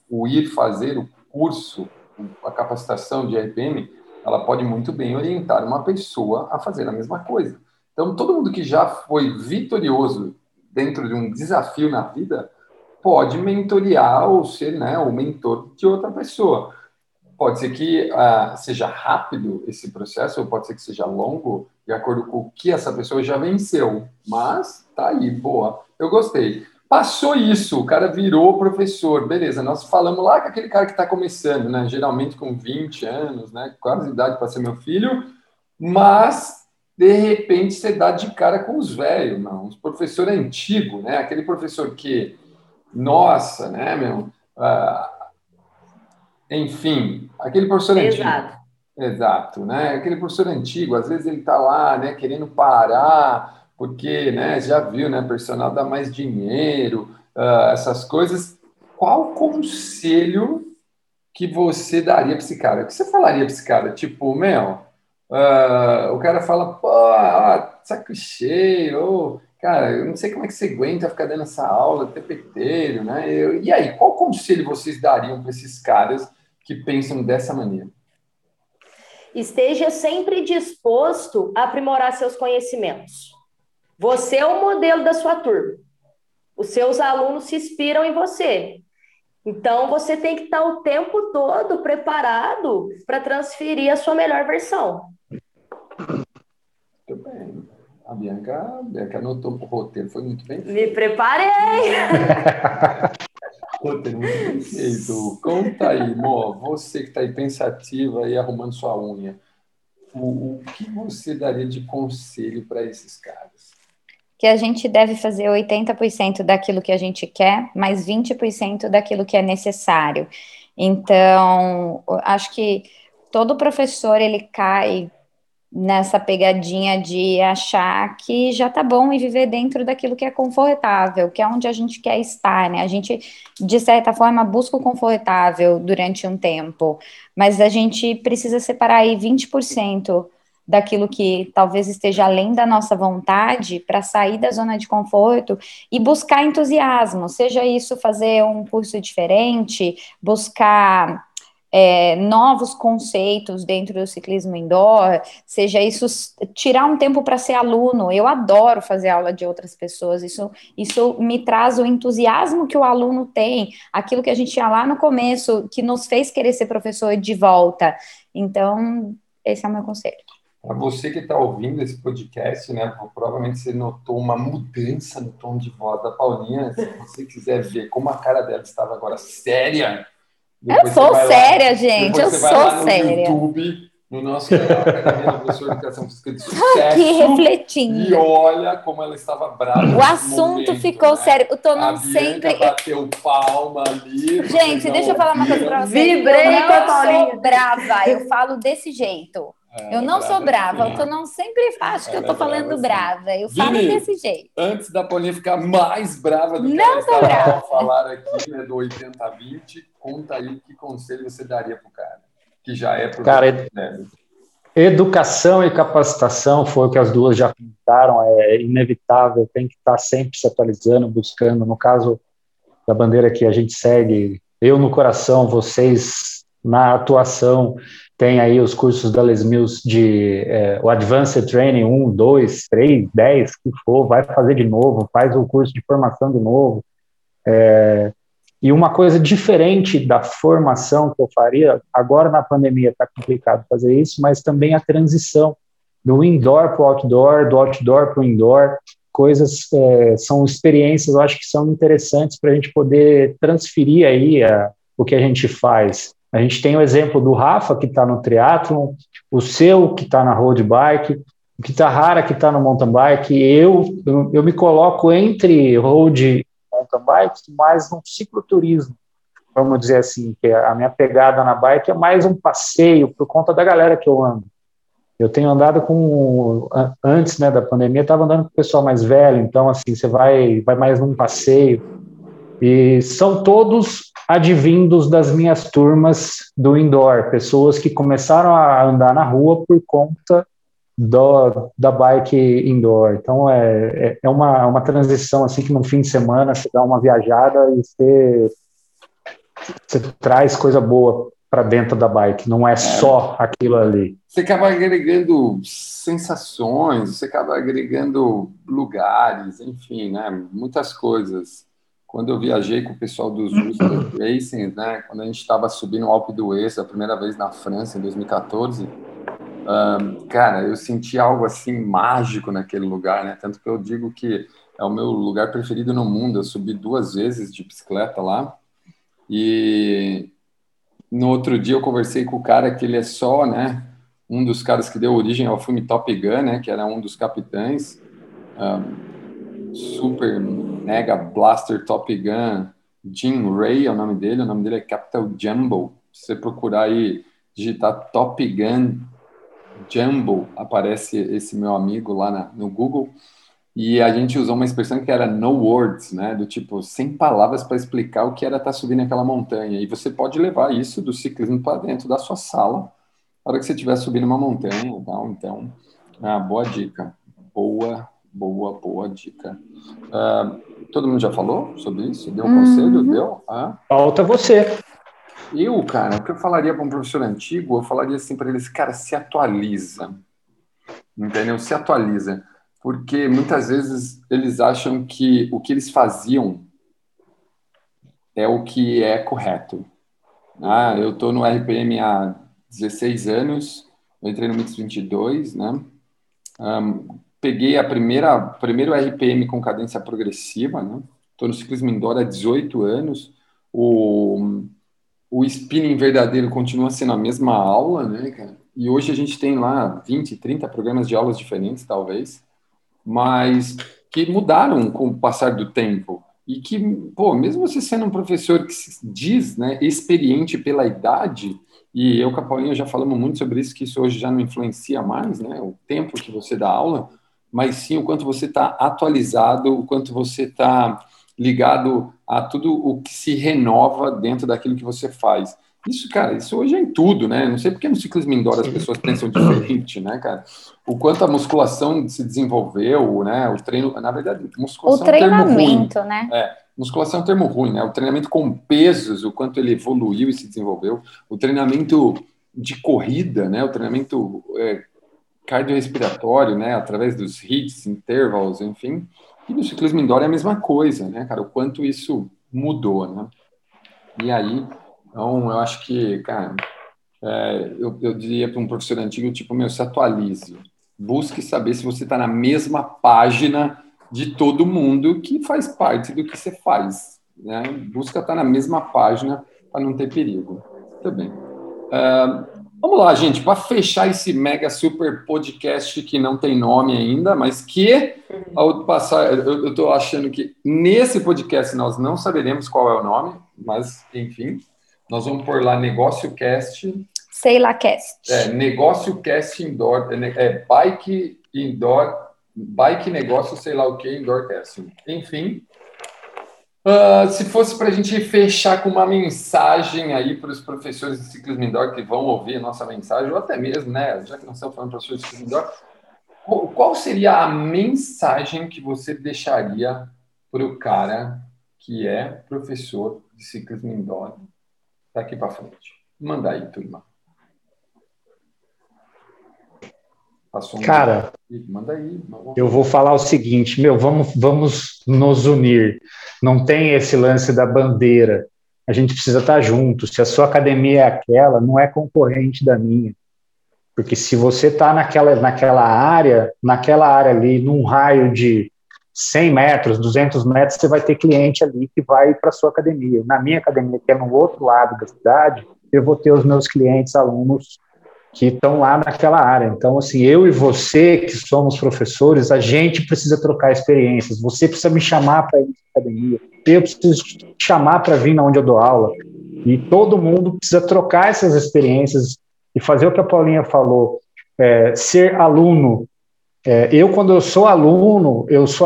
o ir fazer o curso, a capacitação de RPM, ela pode muito bem orientar uma pessoa a fazer a mesma coisa. Então, todo mundo que já foi vitorioso dentro de um desafio na vida pode mentorear ou ser, né, o mentor de outra pessoa. Pode ser que seja rápido esse processo, ou pode ser que seja longo, de acordo com o que essa pessoa já venceu. Mas tá aí, boa. Eu gostei. Passou isso, o cara virou professor. Beleza, nós falamos lá com aquele cara que está começando, né? Geralmente com 20 anos, né? Quase idade para ser meu filho, mas de repente você dá de cara com os velhos, não. Os professores antigos, né? Aquele professor que, nossa, né, meu? Enfim, aquele professor antigo. Exato, né? Aquele professor antigo, às vezes ele está lá, né, querendo parar, porque, né, já viu, né, personal dá mais dinheiro, essas coisas. Qual conselho que você daria para esse cara? O que você falaria para esse cara? Tipo, meu, o cara fala, pô, saco cheio, cara, eu não sei como é que você aguenta ficar dando essa aula o tempo inteiro, né? E aí, qual conselho vocês dariam para esses caras que pensam dessa maneira? Esteja sempre disposto a aprimorar seus conhecimentos. Você é o modelo da sua turma. Os seus alunos se inspiram em você. Então, você tem que estar o tempo todo preparado para transferir a sua melhor versão. Muito bem. A Bianca anotou o roteiro, foi muito bem feito. Me preparei! Roteiro muito bem feito. Conta aí, Mo, você que está aí pensativa e arrumando sua unha, o que você daria de conselho para esses caras? Que a gente deve fazer 80% daquilo que a gente quer, mais 20% daquilo que é necessário. Então, acho que todo professor, ele cai nessa pegadinha de achar que já tá bom e viver dentro daquilo que é confortável, que é onde a gente quer estar, né? A gente, de certa forma, busca o confortável durante um tempo, mas a gente precisa separar aí 20% daquilo que talvez esteja além da nossa vontade para sair da zona de conforto e buscar entusiasmo, seja isso fazer um curso diferente, buscar novos conceitos dentro do ciclismo indoor, seja isso tirar um tempo para ser aluno. Eu adoro fazer aula de outras pessoas, isso me traz o entusiasmo que o aluno tem, aquilo que a gente tinha lá no começo, que nos fez querer ser professor de volta. Então, esse é o meu conselho. Para você que está ouvindo esse podcast, né, provavelmente você notou uma mudança no tom de voz da Paulinha. Se você quiser ver como a cara dela estava agora séria, eu sou séria, gente. Eu sou séria. No YouTube, no nosso canal Academia do Professor de Educação Física de Sucesso. Aqui refletindo. E olha como ela estava brava. O assunto ficou sério. O Tonão sempre bateu palma ali. Gente, deixa eu falar uma coisa para vocês. Vibrei com a Paulinha. Eu sou brava. Eu falo desse jeito. Eu não sou brava, o Tonão sempre acha que eu tô falando brava. Eu falo desse jeito. Antes da Paulinha ficar mais brava do que ela estava a falar aqui, né, do 80-20, conta aí que conselho você daria pro cara, que já é pro cara, educação e capacitação foi o que as duas já comentaram, é inevitável, tem que estar sempre se atualizando, buscando. No caso da bandeira que a gente segue, eu no coração, vocês na atuação. Tem aí os cursos da Les Mills de o Advanced Training 1, 2, 3, 10, que for, vai fazer de novo, faz o curso de formação de novo. E uma coisa diferente da formação que eu faria, agora na pandemia está complicado fazer isso, mas também a transição do indoor para o outdoor, do outdoor para o indoor, coisas, são experiências, eu acho que são interessantes para a gente poder transferir aí o que a gente faz. A gente tem o exemplo do Rafa, que está no triatlon, o seu, que está na road bike, o Kitahara, que está no mountain bike. Eu me coloco entre road e mountain bike, mais um cicloturismo, vamos dizer assim, que a minha pegada na bike é mais um passeio, por conta da galera que eu ando. Eu tenho andado antes, né, da pandemia, estava andando com o pessoal mais velho, então, assim, você vai mais num passeio. E são todos advindos das minhas turmas do indoor, pessoas que começaram a andar na rua por conta da bike indoor. Então é uma transição assim que no fim de semana você dá uma viajada e você traz coisa boa para dentro da bike, não é só aquilo ali. Você acaba agregando sensações, você acaba agregando lugares, enfim, né? Muitas coisas. Quando eu viajei com o pessoal dos Rooster Racing, né? Quando a gente estava subindo o Alpe d'Huez a primeira vez na França, em 2014, cara, eu senti algo assim mágico naquele lugar, né? Tanto que eu digo que é o meu lugar preferido no mundo. Eu subi 2 vezes de bicicleta lá e no outro dia eu conversei com o cara que ele é só, né? Um dos caras que deu origem ao filme Top Gun, né? Que era um dos capitães, super mega blaster Top Gun. Jim Ray é o nome dele é Capital Jumbo. Se você procurar aí, digitar Top Gun Jumbo, aparece esse meu amigo lá no Google, e a gente usou uma expressão que era no words, né, do tipo, sem palavras para explicar o que era estar subindo aquela montanha, e você pode levar isso do ciclismo para dentro da sua sala, na hora que você estiver subindo uma montanha e tal, então, boa dica, boa dica. Todo mundo já falou sobre isso? Deu um conselho? Deu? Falta você. Cara, o que eu falaria para um professor antigo, eu falaria assim para eles, cara, se atualiza, entendeu? Se atualiza, porque muitas vezes eles acham que o que eles faziam é o que é correto. Eu estou no RPM há 16 anos, eu entrei no Mix 22, né? Peguei primeiro RPM com cadência progressiva, né? Estou no ciclismo indoor há 18 anos, o spinning verdadeiro continua sendo a mesma aula, né, cara? E hoje a gente tem lá 20, 30 programas de aulas diferentes, talvez, mas que mudaram com o passar do tempo. E que, pô, mesmo você sendo um professor que se diz, né, experiente pela idade, e eu com a Paulinha já falamos muito sobre isso, que isso hoje já não influencia mais, né, o tempo que você dá aula, mas sim o quanto você está atualizado, o quanto você está ligado a tudo o que se renova dentro daquilo que você faz. Isso, cara, isso hoje é em tudo, né? Não sei porque no ciclismo indoor as pessoas pensam diferente, né, cara? O quanto a musculação se desenvolveu, né? O treino, na verdade, musculação é um termo ruim, né? Musculação é um termo ruim, né? O treinamento com pesos, o quanto ele evoluiu e se desenvolveu. O treinamento de corrida, né? O treinamento cardiorrespiratório, né? Através dos HIITs, intervalos, enfim. E no ciclismo indoor é a mesma coisa, né, cara? O quanto isso mudou, né? E aí, então, eu acho que, cara, eu diria para um professor antigo, tipo, se atualize. Busque saber se você está na mesma página de todo mundo que faz parte do que você faz, né? Busca estar na mesma página para não ter perigo. Muito bem. Vamos lá, gente, para fechar esse mega super podcast que não tem nome ainda, mas que, ao passar, eu estou achando que nesse podcast nós não saberemos qual é o nome, mas, enfim, nós vamos pôr lá Negócio Cast. Sei lá, Cast. Negócio Cast Indoor, Bike Indoor, Bike Negócio, sei lá o que, Indoor Cast. Enfim. Se fosse para a gente fechar com uma mensagem aí para os professores de ciclismo indoor que vão ouvir a nossa mensagem, ou até mesmo, né, já que nós estamos falando de professores de ciclismo indoor, qual seria a mensagem que você deixaria para o cara que é professor de ciclismo indoor daqui para frente? Manda aí, turma. Cara, manda aí. Eu vou falar o seguinte, vamos nos unir. Não tem esse lance da bandeira. A gente precisa estar junto. Se a sua academia é aquela, não é concorrente da minha. Porque se você está naquela área ali, num raio de 100 metros, 200 metros, você vai ter cliente ali que vai para a sua academia. Na minha academia, que é no outro lado da cidade, eu vou ter os meus clientes, alunos, que estão lá naquela área. Então, assim, eu e você, que somos professores, a gente precisa trocar experiências. Você precisa me chamar para ir na academia, eu preciso te chamar para vir na onde eu dou aula. E todo mundo precisa trocar essas experiências e fazer o que a Paulinha falou, ser aluno. Quando eu sou aluno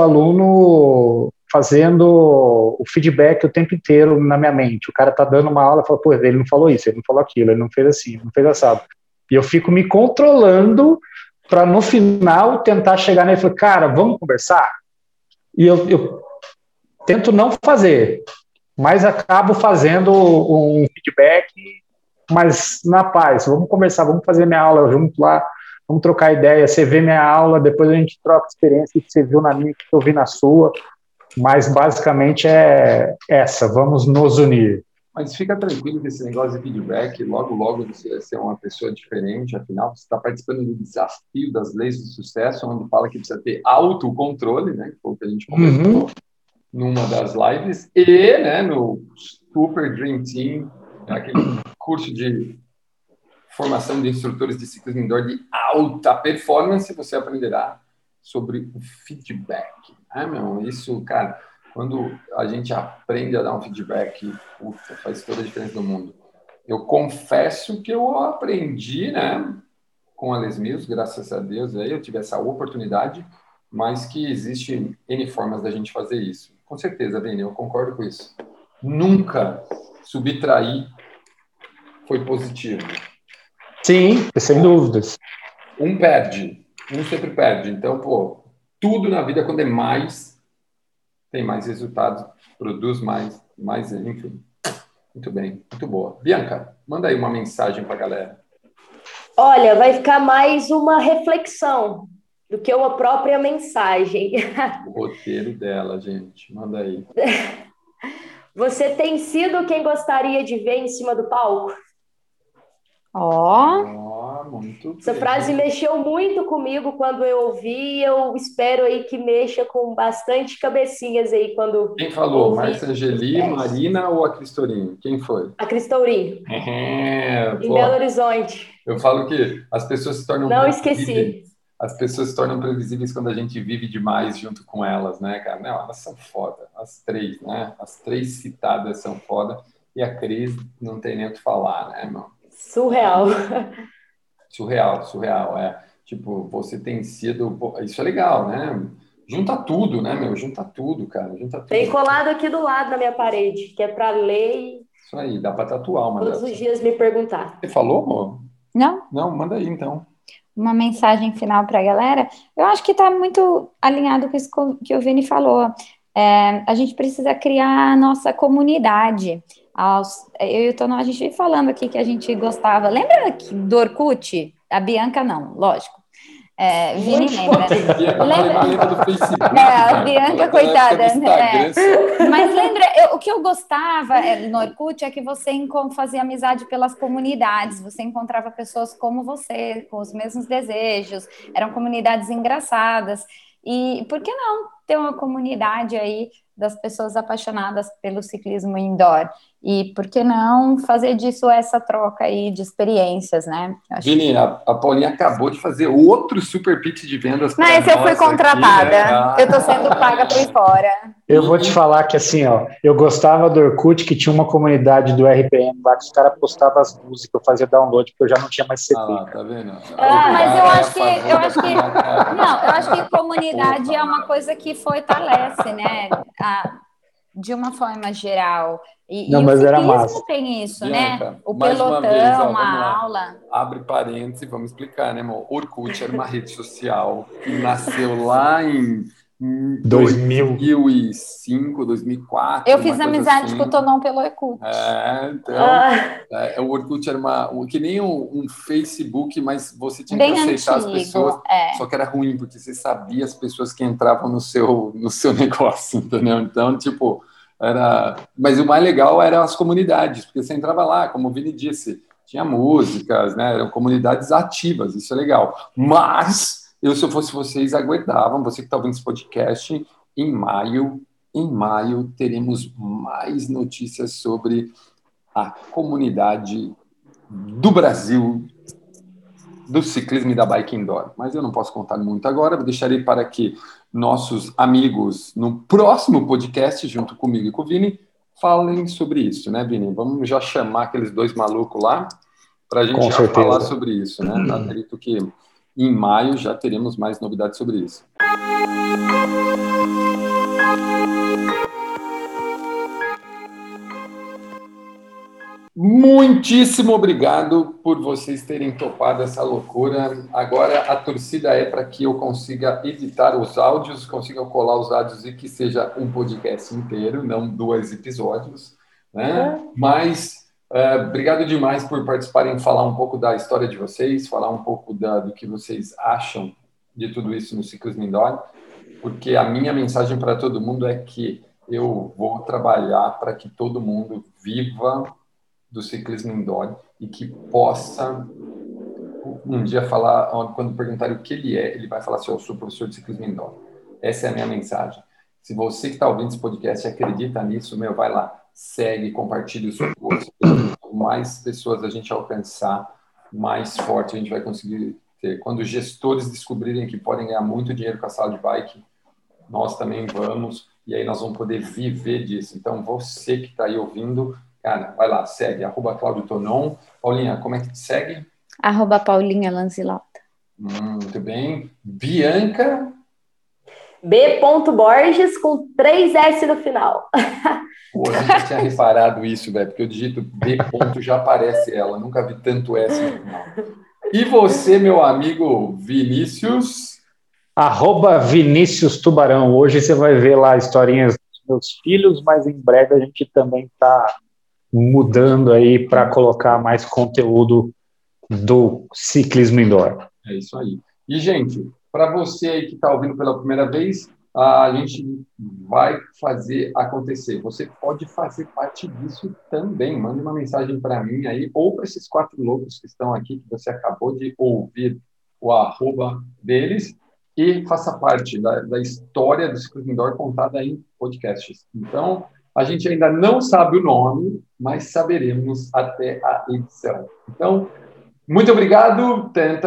fazendo o feedback o tempo inteiro na minha mente. O cara está dando uma aula e fala, pô, ele não falou isso, ele não falou aquilo, ele não fez assim, ele não fez assado. E eu fico me controlando para, no final, tentar chegar nele e falar, cara, vamos conversar? E eu tento não fazer. mas acabo fazendo um feedback, mas na paz. Vamos conversar, vamos fazer minha aula junto lá, vamos trocar ideia. Você vê minha aula, depois a gente troca experiência que você viu na minha, que eu vi na sua. Mas basicamente é essa, vamos nos unir. Mas fica tranquilo desse negócio de feedback, logo, logo você vai ser uma pessoa diferente, afinal, você está participando do desafio das leis do sucesso, onde fala que precisa ter autocontrole, né, que foi o que a gente comentou numa das lives, e né, no Super Dream Team, aquele curso de formação de instrutores de ciclismo indoor de alta performance, você aprenderá sobre o feedback. Isso, cara, quando a gente aprende a dar um feedback, faz toda a diferença do mundo. Eu confesso que eu aprendi, né, com a Les Mills, graças a Deus, aí eu tive essa oportunidade, mas que existe N formas da gente fazer isso. Com certeza, Vini, eu concordo com isso. Nunca subtrair foi positivo. Sim, sem dúvidas. Um perde, um sempre perde. Então, tudo na vida, quando é mais, tem mais resultados, produz mais, enfim. Muito bem, muito boa. Bianca, manda aí uma mensagem para a galera. Olha, vai ficar mais uma reflexão do que uma própria mensagem. O roteiro dela, gente. Manda aí. Você tem sido quem gostaria de ver em cima do palco? Muito Essa frase mexeu muito comigo quando eu ouvi. Eu espero aí que mexa com bastante cabecinhas aí quando. Quem falou? Márcia Angeli, Marina ou a Cristorinho? Quem foi? A Cristorinho. Em Belo Horizonte. Eu falo que as pessoas se tornam Não esqueci. As pessoas se tornam previsíveis quando a gente vive demais junto com elas, né, cara? Não, elas são foda. As três, né? As três citadas são foda. E a Cris não tem nem o que falar, né, irmão? Surreal. Surreal, é. Tipo, você tem sido... Isso é legal, né? Junta tudo, né, meu? Junta tudo, cara. Junta tudo. Tem colado aqui do lado na minha parede, que é para ler e... Isso aí, dá para tatuar uma todos dessas. os dias me perguntar. Você falou, amor? Não? Não, manda aí, então. Uma mensagem final para a galera. Eu acho que está muito alinhado com isso que o Vini falou. A gente precisa criar a nossa comunidade. Eu e o Tono, a gente veio falando aqui que a gente gostava. Lembra do Orkut? A Bianca não, lógico. Vini lembra. Lembra do Facebook. A Bianca, coitada. Mas lembra, o que eu gostava no Orkut é que você fazia amizade pelas comunidades, você encontrava pessoas como você, com os mesmos desejos, eram comunidades engraçadas. E por que não ter uma comunidade aí das pessoas apaixonadas pelo ciclismo indoor? E por que não fazer disso essa troca aí de experiências, né? Vini, a Paulinha acabou de fazer outro super pitch de vendas. Não, esse eu fui contratada. Aqui, né? Eu tô sendo paga por fora. Eu vou te falar que assim, ó, eu gostava do Orkut, que tinha uma comunidade do RPM lá, que os caras postavam as músicas, eu fazia download, porque eu já não tinha mais CD. Tá vendo? Mas eu acho que comunidade é uma coisa que fortalece, né? De uma forma geral. E o ciclismo tem isso, Bianca, né? O pelotão, a aula. Abre parênteses, vamos explicar, né, amor? Orkut era uma rede social que nasceu lá em 2005, 2004. Eu fiz amizade assim com o Tonon pelo Orkut. O Orkut era que nem um Facebook, mas você tinha que aceitar as pessoas. Só que era ruim, porque você sabia as pessoas que entravam no seu negócio, entendeu? Então, tipo, mas o mais legal eram as comunidades, porque você entrava lá, como o Vini disse, tinha músicas, né? Eram comunidades ativas, isso é legal. Mas se eu fosse vocês, aguardavam, você que está ouvindo esse podcast, em maio teremos mais notícias sobre a comunidade do Brasil do ciclismo e da bike indoor. Mas eu não posso contar muito agora, eu deixarei para que nossos amigos, no próximo podcast, junto comigo e com o Vini, falem sobre isso, né, Vini? Vamos já chamar aqueles dois malucos lá para a gente já falar sobre isso, né? Acredito que em maio já teremos mais novidades sobre isso. Muitíssimo obrigado por vocês terem topado essa loucura. Agora a torcida é para que eu consiga editar os áudios, consiga colar os áudios e que seja um podcast inteiro, não 2 episódios, né? Mas obrigado demais por participarem, falar um pouco da história de vocês, falar um pouco do que vocês acham de tudo isso no Ciclismo Indoor, porque a minha mensagem para todo mundo é que eu vou trabalhar para que todo mundo viva do ciclismo indoor e que possa um dia falar, quando perguntarem o que ele é, ele vai falar assim, eu sou professor de ciclismo indoor. Essa é a minha mensagem. Se você que está ouvindo esse podcast acredita nisso, vai lá, segue, compartilhe os posts. Mais pessoas a gente alcançar, mais forte a gente vai conseguir ter. Quando os gestores descobrirem que podem ganhar muito dinheiro com a sala de bike, nós também vamos, e aí nós vamos poder viver disso. Então, você que está aí ouvindo, cara, vai lá, segue, @Cláudio Tonon. Paulinha, como é que te segue? @Paulinha Lanzilota. Muito bem. Bianca? B. Borges com 3 S no final. Pô, eu nunca tinha reparado isso, velho, porque eu digito B. já aparece ela, nunca vi tanto S no final. E você, meu amigo Vinícius? @Vinícius Tubarão. Hoje você vai ver lá historinhas dos meus filhos, mas em breve a gente também está mudando aí para colocar mais conteúdo do ciclismo indoor. É isso aí. E, gente, para você aí que está ouvindo pela primeira vez, a gente vai fazer acontecer. Você pode fazer parte disso também. Mande uma mensagem para mim aí, ou para esses 4 loucos que estão aqui, que você acabou de ouvir o @ deles, e faça parte da história do ciclismo indoor contada em podcasts. Então, a gente ainda não sabe o nome, mas saberemos até a edição. Então, muito obrigado.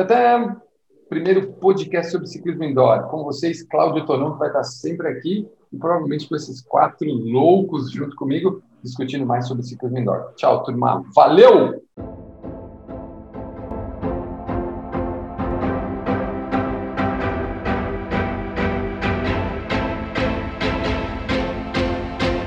Primeiro podcast sobre ciclismo indoor. Com vocês, Cláudio Tonon, que vai estar sempre aqui, e provavelmente com esses 4 loucos junto comigo, discutindo mais sobre ciclismo indoor. Tchau, turma. Valeu!